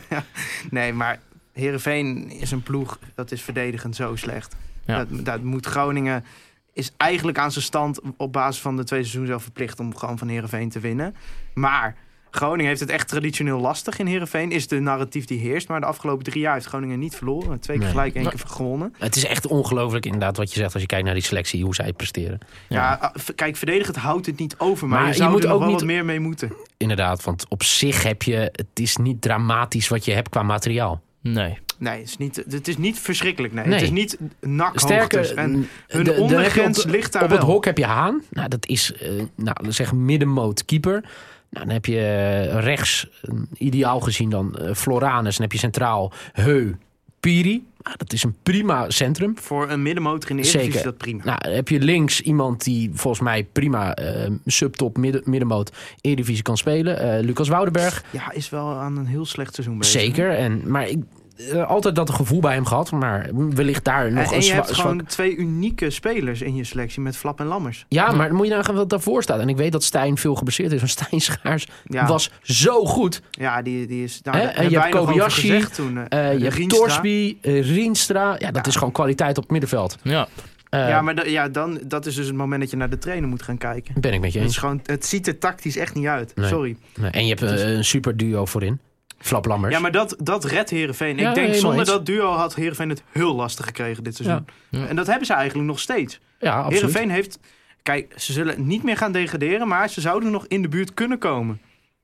Speaker 4: nee, maar Heerenveen is een ploeg, dat is verdedigend zo slecht.
Speaker 3: Ja.
Speaker 4: Dat, dat moet Groningen is eigenlijk aan zijn stand op basis van de twee seizoenen zelf verplicht om gewoon van Heerenveen te winnen. Maar Groningen heeft het echt traditioneel lastig in Heerenveen. Is de narratief die heerst. Maar de afgelopen drie jaar heeft Groningen niet verloren. Twee keer
Speaker 5: Nee.
Speaker 4: gelijk, één
Speaker 3: Maar-
Speaker 4: keer gewonnen.
Speaker 5: Het is echt ongelooflijk inderdaad wat je zegt als je kijkt naar die selectie, hoe zij presteren.
Speaker 4: Ja, ja v- kijk, verdedigend houdt het niet over. Maar,
Speaker 5: Maar
Speaker 4: je
Speaker 5: je
Speaker 4: zou
Speaker 5: moet
Speaker 4: er nog
Speaker 5: ook
Speaker 4: wel
Speaker 5: niet-
Speaker 4: wat meer mee moeten.
Speaker 5: Inderdaad, want op zich heb je, het is niet dramatisch wat je hebt qua materiaal.
Speaker 3: Nee.
Speaker 4: Nee, het is niet, het is niet verschrikkelijk. Nee.
Speaker 5: Nee.
Speaker 4: Het is niet nakhoogtes.
Speaker 5: Sterker,
Speaker 4: En hun
Speaker 5: de- de-
Speaker 4: ondergrens
Speaker 5: heb je op,
Speaker 4: ligt daar
Speaker 5: op
Speaker 4: wel.
Speaker 5: het hok heb je Haan. Nou, dat is, uh, nou, zeg middenmoot keeper. Nou, dan heb je uh, rechts, uh, ideaal gezien dan uh, Floranus. Dan heb je centraal Heu, Piri. Nou, dat is een prima centrum.
Speaker 4: Voor een middenmotor in de Eredivisie is
Speaker 5: Zeker.
Speaker 4: dat prima.
Speaker 5: Nou, dan heb je links iemand die volgens mij prima uh, subtop midden, middenmoot Eredivisie kan spelen. Uh, Lucas Woudenberg.
Speaker 4: Ja, is wel aan een heel slecht seizoen bezig.
Speaker 5: Zeker. En, maar ik uh, altijd dat gevoel bij hem gehad. Maar wellicht daar nog
Speaker 4: En, en
Speaker 5: een
Speaker 4: je
Speaker 5: zwa-
Speaker 4: hebt
Speaker 5: zwak...
Speaker 4: gewoon twee unieke spelers in je selectie met Flap en Lammers.
Speaker 5: Ja, maar dan moet je nagaan wat daarvoor staat. En ik weet dat Stijn veel geblesseerd is. Maar Stijn Schaars
Speaker 4: Ja,
Speaker 5: was zo goed.
Speaker 4: ja die, die is... Nou,
Speaker 5: Hè?
Speaker 4: daar
Speaker 5: En
Speaker 4: hebben
Speaker 5: je
Speaker 4: wij
Speaker 5: hebt
Speaker 4: nog over
Speaker 5: Kobayashi,
Speaker 4: gezegd toen. eh,
Speaker 5: Uh, je hebt
Speaker 4: Rienstra.
Speaker 5: Torsby, uh, Rienstra. Ja, dat
Speaker 4: Ja.
Speaker 5: is gewoon kwaliteit op het middenveld.
Speaker 3: Ja.
Speaker 5: Uh,
Speaker 4: Ja, maar da- ja, dan, dat is dus het moment dat je naar de trainer moet gaan kijken.
Speaker 5: ben ik met je
Speaker 4: Het,
Speaker 5: eens.
Speaker 4: is gewoon, het ziet er tactisch echt niet uit.
Speaker 5: Nee.
Speaker 4: Sorry.
Speaker 5: Nee. En je hebt uh, een super duo voorin. Flap Lammers.
Speaker 4: Ja, maar dat, dat redt Heerenveen.
Speaker 5: Ja,
Speaker 4: Ik denk,
Speaker 5: helemaal
Speaker 4: zonder
Speaker 5: eens.
Speaker 4: dat duo had Heerenveen het heel lastig gekregen dit seizoen.
Speaker 3: Ja. Ja.
Speaker 4: En dat hebben ze eigenlijk nog steeds.
Speaker 5: ja, absoluut.
Speaker 4: Heerenveen heeft... Kijk, ze zullen niet meer gaan degraderen, maar ze zouden nog in de buurt kunnen komen.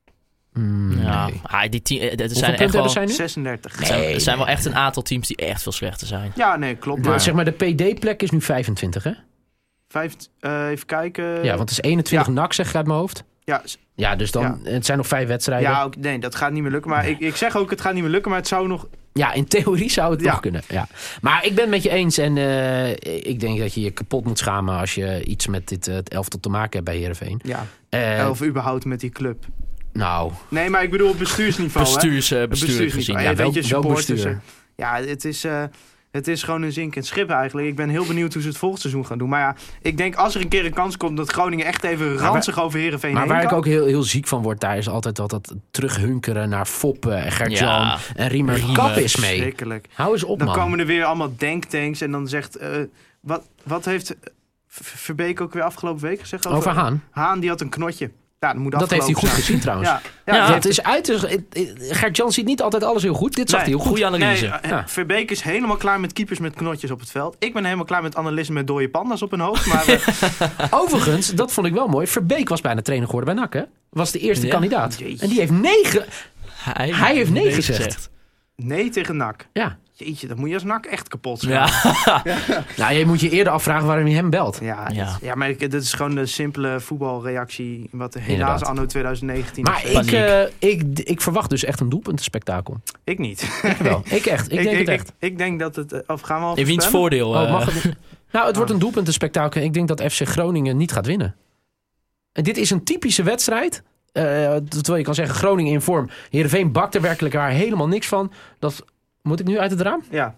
Speaker 5: Mm,
Speaker 3: Ja,
Speaker 5: nee.
Speaker 3: ah, die team, eh, er
Speaker 5: Hoeveel
Speaker 3: zijn echt
Speaker 5: punten
Speaker 3: wel,
Speaker 5: zijn nu?
Speaker 4: zesendertig.
Speaker 3: er zijn,
Speaker 5: Nee,
Speaker 3: er zijn wel
Speaker 5: nee.
Speaker 3: echt een aantal teams die echt veel slechter zijn.
Speaker 4: Ja, nee, klopt.
Speaker 5: De,
Speaker 4: Maar
Speaker 5: zeg maar, de P D-plek is nu vijfentwintig, hè?
Speaker 4: vijf, uh, even kijken.
Speaker 5: ja, want het is eenentwintig
Speaker 4: ja.
Speaker 5: N A C, zeg ik uit mijn hoofd.
Speaker 4: Ja, s-
Speaker 5: Ja, dus dan, het zijn nog vijf wedstrijden.
Speaker 4: ja
Speaker 5: Ja,
Speaker 4: ook, nee, dat gaat niet meer lukken. Maar ik, ik zeg ook, het gaat niet meer lukken, maar het zou nog...
Speaker 5: in theorie zou het
Speaker 4: Ja.
Speaker 5: nog kunnen. Ja. Maar ik ben het met je eens. En uh, ik denk dat je je kapot moet schamen als je iets met dit uh, elftal te maken hebt bij Heerenveen.
Speaker 4: Ja,
Speaker 5: Uh,
Speaker 4: of überhaupt met die club.
Speaker 5: nou,
Speaker 4: Nee, maar ik bedoel op bestuursniveau. hè?
Speaker 3: Bestuurs, uh, bestuur
Speaker 4: Bestuursniveau.
Speaker 3: gezien.
Speaker 4: Ja,
Speaker 3: Ja.
Speaker 4: weet
Speaker 5: welk-
Speaker 4: je,
Speaker 5: welk
Speaker 4: supporters,
Speaker 5: bestuur?
Speaker 4: hè. Ja, het is, uh, het is gewoon een zinkend schip eigenlijk. Ik ben heel benieuwd hoe ze het volgend seizoen gaan doen. Maar ja, ik denk als er een keer een kans komt dat Groningen echt even ranzig over Heerenveen
Speaker 5: maar
Speaker 4: heen
Speaker 5: waar ik
Speaker 4: kan.
Speaker 5: ook heel, heel ziek van word, daar is altijd wat dat terughunkeren naar Foppen en Gert-Jan
Speaker 3: Ja.
Speaker 5: en Riemer.
Speaker 3: Riemer.
Speaker 5: Kap is mee.
Speaker 4: Verschrikkelijk.
Speaker 5: Hou eens op,
Speaker 4: Dan
Speaker 5: man.
Speaker 4: komen er weer allemaal denktanks en dan zegt... Uh, wat, wat heeft V- Verbeek ook weer afgelopen week gezegd?
Speaker 5: Over Haan.
Speaker 4: Haan, die had een knotje. Ja, dat moet
Speaker 5: Dat heeft hij goed
Speaker 4: afgelopen
Speaker 5: gezien trouwens.
Speaker 4: zijn. Ja, ja,
Speaker 3: Ja,
Speaker 4: die
Speaker 5: het is uit. Dus, Gert-Jan ziet niet altijd alles heel goed. Dit zag
Speaker 4: Nee,
Speaker 5: hij heel goed.
Speaker 3: Goede analyse.
Speaker 4: Nee, eh,
Speaker 5: Ja.
Speaker 4: Verbeek is helemaal klaar met keepers met knotjes op het veld. Ik ben helemaal klaar met analisten met dode panda's op hun hoofd. Maar eh,
Speaker 5: Overigens, dat vond ik wel mooi. Verbeek was bijna trainer geworden bij N A C, hè? Was de eerste
Speaker 3: Ja.
Speaker 5: kandidaat.
Speaker 4: Jeetje.
Speaker 5: En die heeft negen...
Speaker 3: Hij,
Speaker 5: Hij heeft nee gezegd.
Speaker 4: nee tegen N A C.
Speaker 5: Ja.
Speaker 4: Jeetje, dan moet je als N A C echt kapot zijn.
Speaker 3: Ja.
Speaker 5: Nou, je moet je eerder afvragen waarom je hem belt.
Speaker 4: Ja,
Speaker 3: Ja.
Speaker 4: dit- ja, maar ik- dit is gewoon de simpele voetbalreactie. Wat helaas
Speaker 5: Inderdaad.
Speaker 4: anno twintig negentien
Speaker 5: Maar
Speaker 4: is.
Speaker 5: ik,
Speaker 3: Paniek.
Speaker 5: eh, ik, ik verwacht dus echt een doelpuntenspektakel.
Speaker 4: Ik niet.
Speaker 5: Ik wel. Ik echt. Ik denk
Speaker 4: ik,
Speaker 5: het
Speaker 4: ik,
Speaker 5: echt.
Speaker 4: Ik, ik denk dat het... eh, Of gaan we al
Speaker 3: In wiens
Speaker 4: voorspellen?
Speaker 3: voordeel?
Speaker 5: Oh,
Speaker 3: eh,
Speaker 5: mag het niet? Nou, het wordt een doelpuntenspektakel. Ik denk dat F C Groningen niet gaat winnen. En dit is een typische wedstrijd. Uh, terwijl je kan zeggen, Groningen in vorm. Heerenveen bakt er werkelijk waar helemaal niks van. Dat... Moet ik nu uit het raam?
Speaker 4: Ja.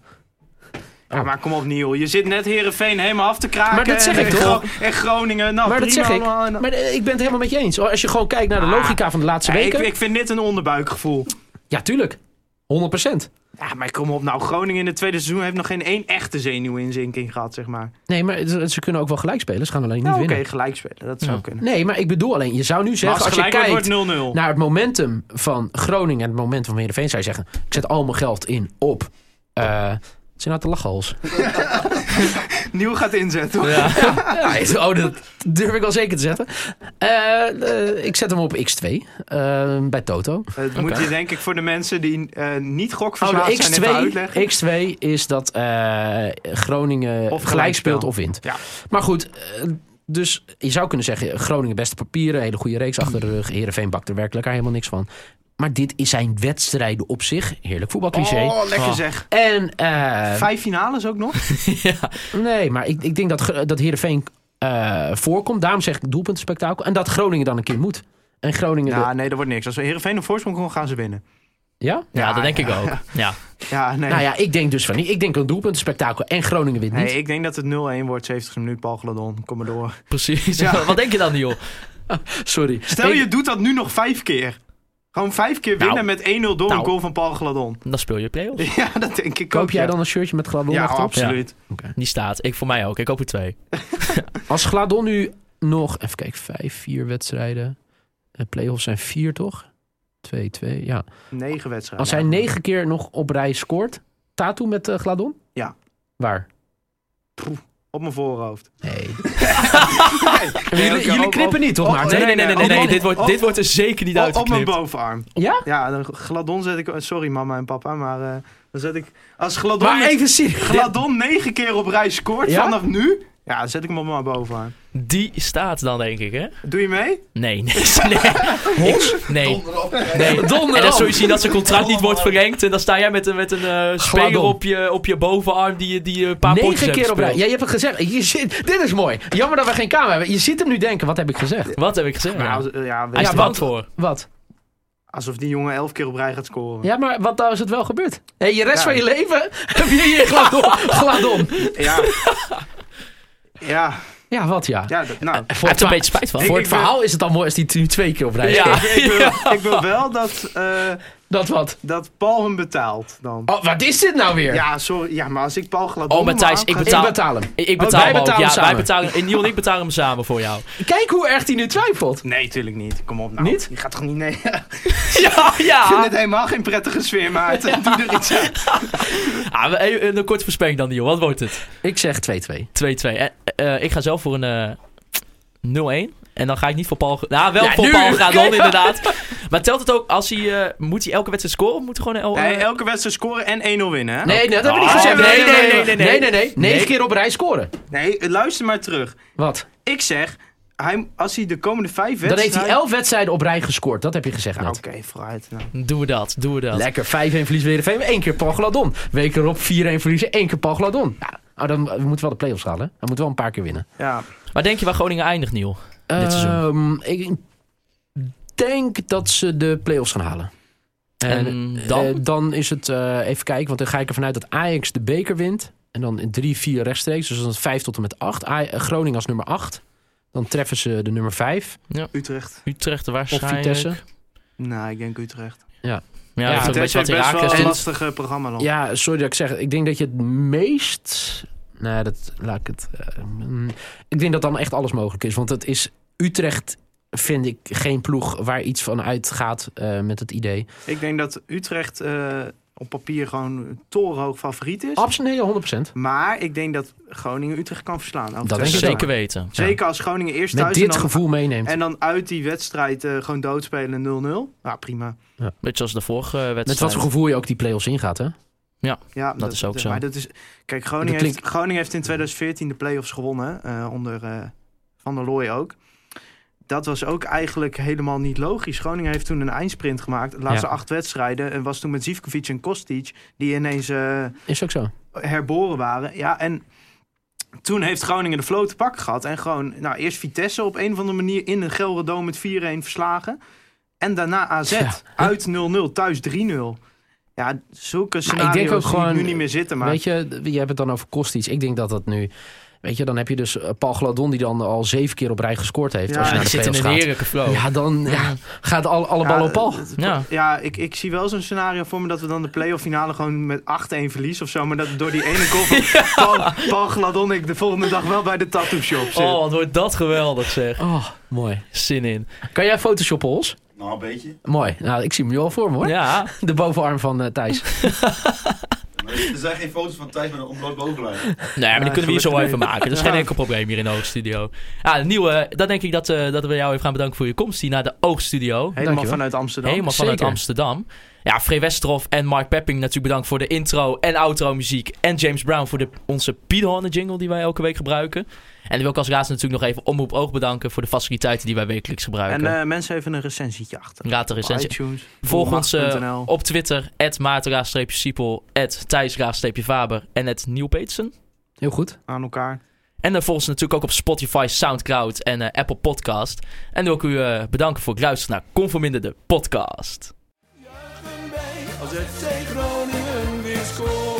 Speaker 4: Ja,
Speaker 5: Oh.
Speaker 4: maar kom op, Niel. Je zit net Heerenveen helemaal af te kraken.
Speaker 5: Maar dat zeg
Speaker 4: en,
Speaker 5: ik
Speaker 4: en
Speaker 5: toch?
Speaker 4: Gro- En Groningen. Nou,
Speaker 5: maar dat
Speaker 4: prima
Speaker 5: zeg ik.
Speaker 4: allemaal. En-
Speaker 5: Maar uh, ik ben het helemaal met je eens. Als je gewoon kijkt naar de logica van de laatste
Speaker 4: Ja, ik,
Speaker 5: weken.
Speaker 4: ik vind dit een onderbuikgevoel.
Speaker 5: Ja, tuurlijk. honderd procent.
Speaker 4: Ja, maar kom op. Nou, Groningen in het tweede seizoen heeft nog geen één echte zenuwinzinking gehad, zeg maar.
Speaker 5: Nee, maar ze, ze kunnen ook wel gelijk spelen. Ze gaan alleen niet
Speaker 4: Ja, Oké,
Speaker 5: winnen.
Speaker 4: gelijk spelen. Dat zou
Speaker 3: Ja.
Speaker 4: kunnen.
Speaker 5: Nee, maar ik bedoel alleen, je zou nu
Speaker 4: Maar
Speaker 5: zeggen,
Speaker 4: als
Speaker 5: als
Speaker 4: het
Speaker 5: je
Speaker 4: gelijk wordt,
Speaker 5: kijkt
Speaker 4: wordt nul nul.
Speaker 5: naar het momentum van Groningen en het momentum van Heerenveen, zou je zeggen, ik zet al mijn geld in op... Uh, het zijn nou te lachen, Hols.
Speaker 4: Nieuw gaat inzetten. Hoor.
Speaker 3: Ja.
Speaker 5: Ja, oh, dat durf ik wel zeker te zetten. Uh, uh, ik zet hem op x twee uh, bij Toto.
Speaker 4: Het
Speaker 3: Okay.
Speaker 4: moet je denk ik voor de mensen die uh, niet
Speaker 5: Oh,
Speaker 4: gokverslaafd
Speaker 5: de
Speaker 4: zijn even uitleggen.
Speaker 5: x twee is dat uh, Groningen
Speaker 4: Of
Speaker 5: gelijk speelt
Speaker 4: gelijkspel.
Speaker 5: of wint.
Speaker 4: Ja.
Speaker 5: Maar goed, uh, dus je zou kunnen zeggen... Groningen beste papieren, hele goede reeks achter de rug. Heerenveen bakt er werkelijk helemaal niks van. Maar dit is zijn wedstrijden op zich. Heerlijk voetbalcliché.
Speaker 4: Oh, lekker
Speaker 3: Oh.
Speaker 4: zeg.
Speaker 5: En, uh,
Speaker 4: Vijf finales ook nog?
Speaker 3: ja.
Speaker 5: nee, maar ik, ik denk dat, dat Heerenveen uh, voorkomt. Daarom zeg ik doelpuntenspektakel. En dat Groningen dan een keer moet. En Groningen...
Speaker 4: Ja,
Speaker 5: de...
Speaker 4: nee, dat wordt niks. Als we Heerenveen een voorsprong komen, gaan ze winnen.
Speaker 5: Ja?
Speaker 3: Ja,
Speaker 4: Ja,
Speaker 3: dat denk
Speaker 4: ja,
Speaker 3: ik ook.
Speaker 4: ja.
Speaker 3: Ja.
Speaker 4: Ja, nee.
Speaker 5: Nou ja, ik denk dus van niet. Ik denk een doelpuntenspektakel en Groningen wint niet.
Speaker 4: Nee, ik denk dat het nul-een wordt, zeventigste minuut, Paul Gladon. Kom maar door.
Speaker 3: Precies.
Speaker 4: Ja.
Speaker 3: Wat denk je dan, joh?
Speaker 5: Sorry.
Speaker 4: Stel
Speaker 5: Ik-
Speaker 4: je doet dat nu nog vijf keer. Gewoon vijf keer winnen
Speaker 3: Nou.
Speaker 4: met één nul door
Speaker 3: Nou.
Speaker 4: een goal van Paul Gladon.
Speaker 3: Dan speel je play-offs.
Speaker 4: Ja, dat denk ik
Speaker 5: Koop
Speaker 4: ook.
Speaker 5: jij
Speaker 4: ja.
Speaker 5: dan een shirtje met Gladon
Speaker 4: Ja,
Speaker 5: achterop?
Speaker 4: absoluut.
Speaker 3: Die staat. Ik voor mij ook. Ik koop er twee.
Speaker 5: Als Gladon nu nog... Even kijken, vijf, vier wedstrijden. De play-offs zijn vier, toch? Twee, twee, ja.
Speaker 4: Negen wedstrijden.
Speaker 5: Als hij negen keer nog op rij scoort... Tattoo met uh, Gladon?
Speaker 4: Ja.
Speaker 5: Waar?
Speaker 4: Op mijn voorhoofd.
Speaker 5: Nee.
Speaker 4: Nee,
Speaker 5: jullie
Speaker 4: oké,
Speaker 5: jullie
Speaker 4: op-
Speaker 5: knippen
Speaker 4: op-
Speaker 5: niet, toch,
Speaker 4: op-
Speaker 5: Maarten?
Speaker 3: Nee, nee, nee. nee, nee, nee.
Speaker 4: op-
Speaker 3: Dit, wordt,
Speaker 4: op-
Speaker 3: dit wordt er zeker niet
Speaker 4: Op, op mijn
Speaker 3: uitgeknipt.
Speaker 4: bovenarm.
Speaker 5: Ja?
Speaker 4: Ja, dan Gladon zet ik... Sorry mama en papa, maar uh, dan zet ik... Als Gladon,
Speaker 5: Maar
Speaker 4: met-
Speaker 5: even serieus.
Speaker 4: Gladon negen keer op rij scoort
Speaker 5: Ja?
Speaker 4: vanaf nu... Ja, dan zet ik hem op mijn bovenarm.
Speaker 3: Die staat dan, denk ik, hè?
Speaker 4: Doe je mee?
Speaker 3: Nee, nee. Nee. Ik- nee.
Speaker 6: Donderop.
Speaker 3: nee.
Speaker 5: Donder
Speaker 3: En dan
Speaker 5: op.
Speaker 3: zul je zien dat zijn contract niet wordt verlengd. En dan sta jij met een, met een uh, speler
Speaker 5: Gladon.
Speaker 3: op je, op je bovenarm die, die een paar potjes
Speaker 5: Negen
Speaker 3: heeft
Speaker 5: keer op rij.
Speaker 3: gespeeld.
Speaker 5: Ja, je hebt het gezegd. Je zit, dit is mooi. Jammer dat we geen camera hebben. Je zit hem nu denken, wat heb ik gezegd?
Speaker 3: Wat heb ik gezegd?
Speaker 4: Maar
Speaker 3: Ja.
Speaker 4: als- uh, ja, weet
Speaker 3: Hij is
Speaker 4: je,
Speaker 3: er
Speaker 5: want-
Speaker 3: bang voor.
Speaker 5: Wat?
Speaker 4: alsof die jongen elf keer op rij gaat scoren.
Speaker 5: Ja, maar wat nou is het wel gebeurd? Hey, je rest
Speaker 4: Ja.
Speaker 5: van je leven heb je hier Gladon. Gladon.
Speaker 4: Ja. Ja,
Speaker 5: Ja, wat ja.
Speaker 4: ja dat- nou.
Speaker 5: Voor
Speaker 3: Hij heeft er
Speaker 5: het,
Speaker 3: een beetje spijt van.
Speaker 4: Ik-
Speaker 5: voor het verhaal is het al mooi als die nu twee keer op rij
Speaker 3: Ja.
Speaker 5: scoort.
Speaker 4: Ik, wil, ik wil wel dat, eh,
Speaker 5: Dat wat?
Speaker 4: dat Paul hem betaalt dan.
Speaker 5: Oh, wat is dit nou weer?
Speaker 4: Ja, sorry. Ja, maar als ik Paul Gladon...
Speaker 3: Oh, Matthijs, ik
Speaker 4: ga-
Speaker 3: betaal-
Speaker 5: Ik betaal hem.
Speaker 3: Ik, ik
Speaker 5: Oh,
Speaker 3: betaal
Speaker 5: wij
Speaker 3: hem ook.
Speaker 5: betalen
Speaker 3: Ja,
Speaker 5: samen.
Speaker 3: wij betalen, en Niel en ik betalen hem samen voor jou.
Speaker 5: Kijk hoe erg hij nu twijfelt.
Speaker 4: Nee, tuurlijk niet. Kom op nou.
Speaker 5: Niet?
Speaker 4: Je gaat toch niet... Nee.
Speaker 3: Ja,
Speaker 4: Ik vind
Speaker 3: ja.
Speaker 4: het helemaal geen prettige sfeer, Maarten. Doe er iets aan.
Speaker 3: Ah, we- even een korte voorspelling dan, Niel. Wat wordt het?
Speaker 5: Ik zeg twee twee.
Speaker 3: twee twee. Eh, eh, ik ga zelf voor een eh, nul-een. En dan ga ik niet voor Paul... Nou, wel
Speaker 5: Ja,
Speaker 3: voor
Speaker 5: nu.
Speaker 3: Paul gaan dan, inderdaad. Maar telt het ook als hij... eh, moet hij elke wedstrijd scoren? Of moet hij gewoon... El,
Speaker 4: Nee,
Speaker 3: eh,
Speaker 4: elke wedstrijd scoren en één nul winnen, hè?
Speaker 5: Nee, dat hebben we niet
Speaker 3: Oh,
Speaker 5: gezegd.
Speaker 3: nee, nee, nee, nee, nee.
Speaker 5: nee, nee, nee. Negen
Speaker 3: Nee.
Speaker 5: keer op rij scoren.
Speaker 4: Nee, luister maar terug.
Speaker 5: Wat?
Speaker 4: Ik zeg, hij, als hij de komende vijf
Speaker 5: Dan
Speaker 4: wedstrijden...
Speaker 5: heeft hij elf wedstrijden op rij gescoord. Dat heb je gezegd
Speaker 4: Nou,
Speaker 5: net.
Speaker 4: Oké, vooruit. Nou.
Speaker 3: Doen we dat, doen we dat.
Speaker 5: Lekker, vijf een verlies weer de één keer Paul Gladon. Week erop vier een verliezen, één keer Paul Gladon. Ja, oh, dan, we moeten wel de play-offs halen. Hij moet wel een paar keer winnen.
Speaker 4: Ja.
Speaker 3: Waar denk je waar Groningen eindigt, Niel? Dit seizoen.
Speaker 5: Ehm, ik denk dat ze de play-offs gaan halen.
Speaker 3: En dan?
Speaker 5: eh, dan is het, eh, even kijken, want dan ga ik ervan uit dat Ajax de beker wint. En dan in drie, vier rechtstreeks. Dus dan is vijf tot en met acht. Aj- eh, Groningen als nummer acht. Dan treffen ze de nummer vijf.
Speaker 4: Utrecht.
Speaker 3: Utrecht
Speaker 5: Of
Speaker 3: waarschijnlijk.
Speaker 5: Vitesse.
Speaker 4: Nou, ik denk Utrecht.
Speaker 3: Ja,
Speaker 5: Ja,
Speaker 3: ja,
Speaker 4: Vitesse
Speaker 3: een beetje
Speaker 4: heeft
Speaker 3: wat
Speaker 4: best wel
Speaker 3: Herakles
Speaker 4: een
Speaker 3: doet.
Speaker 4: lastig eh, programma dan.
Speaker 5: Ja, sorry dat ik zeg. Ik denk dat je het meest... Nee, dat laat ik het... eh, mm, ik denk dat dan echt alles mogelijk is. Want het is... Utrecht vind ik geen ploeg waar iets van uitgaat uh, met het idee.
Speaker 4: Ik denk dat Utrecht uh, op papier gewoon een torenhoog favoriet is.
Speaker 5: Absoluut, nee, honderd procent.
Speaker 4: Maar ik denk dat Groningen Utrecht kan verslaan. Over
Speaker 5: Dat
Speaker 4: twee
Speaker 5: denk ik
Speaker 4: wedstrijden.
Speaker 3: Zeker weten.
Speaker 4: Zeker als Groningen eerst
Speaker 5: Met
Speaker 4: thuis
Speaker 5: dit
Speaker 4: en dan,
Speaker 5: gevoel meeneemt.
Speaker 4: en dan uit die wedstrijd uh, gewoon doodspelen nul nul. Nou, prima.
Speaker 3: Beetje als de vorige wedstrijd.
Speaker 5: Met wat voor gevoel je ook die play-offs ingaat, hè?
Speaker 4: Ja,
Speaker 3: dat is ook zo.
Speaker 4: Maar dat is, kijk, Groningen,
Speaker 5: Dat klinkt-
Speaker 4: heeft, Groningen heeft in twintig veertien de play-offs gewonnen. Uh, onder uh, Van der Looy ook. Dat was ook eigenlijk helemaal niet logisch. Groningen heeft toen een eindsprint gemaakt. De laatste
Speaker 5: Ja.
Speaker 4: acht wedstrijden. En was toen met Zivkovic en Kostic. Die ineens uh,
Speaker 5: Is ook zo.
Speaker 4: herboren waren. Ja, en toen heeft Groningen de flow te pakken gehad. En gewoon, nou, eerst Vitesse op een of andere manier in een Gelredome met vier een verslagen. En daarna A Z.
Speaker 5: Ja.
Speaker 4: Uit nul nul, thuis drie nul. Ja, zulke scenario's
Speaker 5: ik denk ook
Speaker 4: zie
Speaker 5: gewoon,
Speaker 4: ik nu niet meer zitten. Maar
Speaker 5: Weet je, je hebt het dan over Kostic. Ik denk dat dat nu... Weet je, dan heb je dus uh, Paul Gladon die dan al zeven keer op rij gescoord heeft.
Speaker 4: Ja,
Speaker 5: als je
Speaker 3: Ja,
Speaker 5: naar
Speaker 3: die
Speaker 5: de
Speaker 3: zit in
Speaker 5: play-offs
Speaker 3: een
Speaker 5: gaat.
Speaker 3: heerlijke flow.
Speaker 5: Ja, dan ja, gaat al, alle ballen op Paul.
Speaker 4: het-
Speaker 3: Ja.
Speaker 4: ja ik, ik zie wel zo'n scenario voor me dat we dan de play-off finale gewoon met acht een verlies of zo. Maar dat door die ene goal van Paul, Paul Gladon ik de volgende dag wel bij de tattoo shop zit.
Speaker 3: Oh, wat wordt dat geweldig zeg.
Speaker 5: Oh, mooi.
Speaker 3: Zin in.
Speaker 5: Kan jij photoshoppen, Hols?
Speaker 6: Nou, een beetje.
Speaker 5: Mooi. Nou, ik zie hem nu al voor me, hoor.
Speaker 3: Ja.
Speaker 5: De bovenarm van uh, Thijs.
Speaker 6: Maar Er zijn geen foto's van Thijs met een ontbloot bovenlijn.
Speaker 3: Nee, maar die kunnen we hier zo
Speaker 4: gelukkig
Speaker 3: even
Speaker 4: niet.
Speaker 3: maken. Dat is
Speaker 4: Ja.
Speaker 3: geen enkel probleem hier in de Oogstudio. Ja, een nieuwe, dan denk ik dat, uh, dat we jou even gaan bedanken voor je komst hier naar de Oogstudio.
Speaker 4: Helemaal
Speaker 5: Dankjewel.
Speaker 4: vanuit Amsterdam.
Speaker 3: Helemaal vanuit
Speaker 5: Zeker.
Speaker 3: Amsterdam. Ja, Free Westerhof en Mark Pepping natuurlijk bedankt voor de intro en outro muziek. En James Brown voor de, onze Piedhoorn jingle die wij elke week gebruiken. En dan wil ik als laatste natuurlijk nog even Omroep Oog bedanken voor de faciliteiten die wij wekelijks gebruiken.
Speaker 4: En uh, mensen even een recensietje achter.
Speaker 3: Raad de recensie.
Speaker 4: Op iTunes.
Speaker 3: Volg ons uh,
Speaker 4: Macht punt n l.
Speaker 3: op Twitter, at Maarten-Siepel, at Thijs-Faber en at Neil Petersen.
Speaker 5: Heel goed.
Speaker 4: Aan elkaar.
Speaker 3: En dan volg ons natuurlijk ook op Spotify, Soundcloud en uh, Apple Podcast. En dan wil ik u uh, bedanken voor het luisteren naar Conforminder de podcast.
Speaker 1: Als het Groningen weer scoort.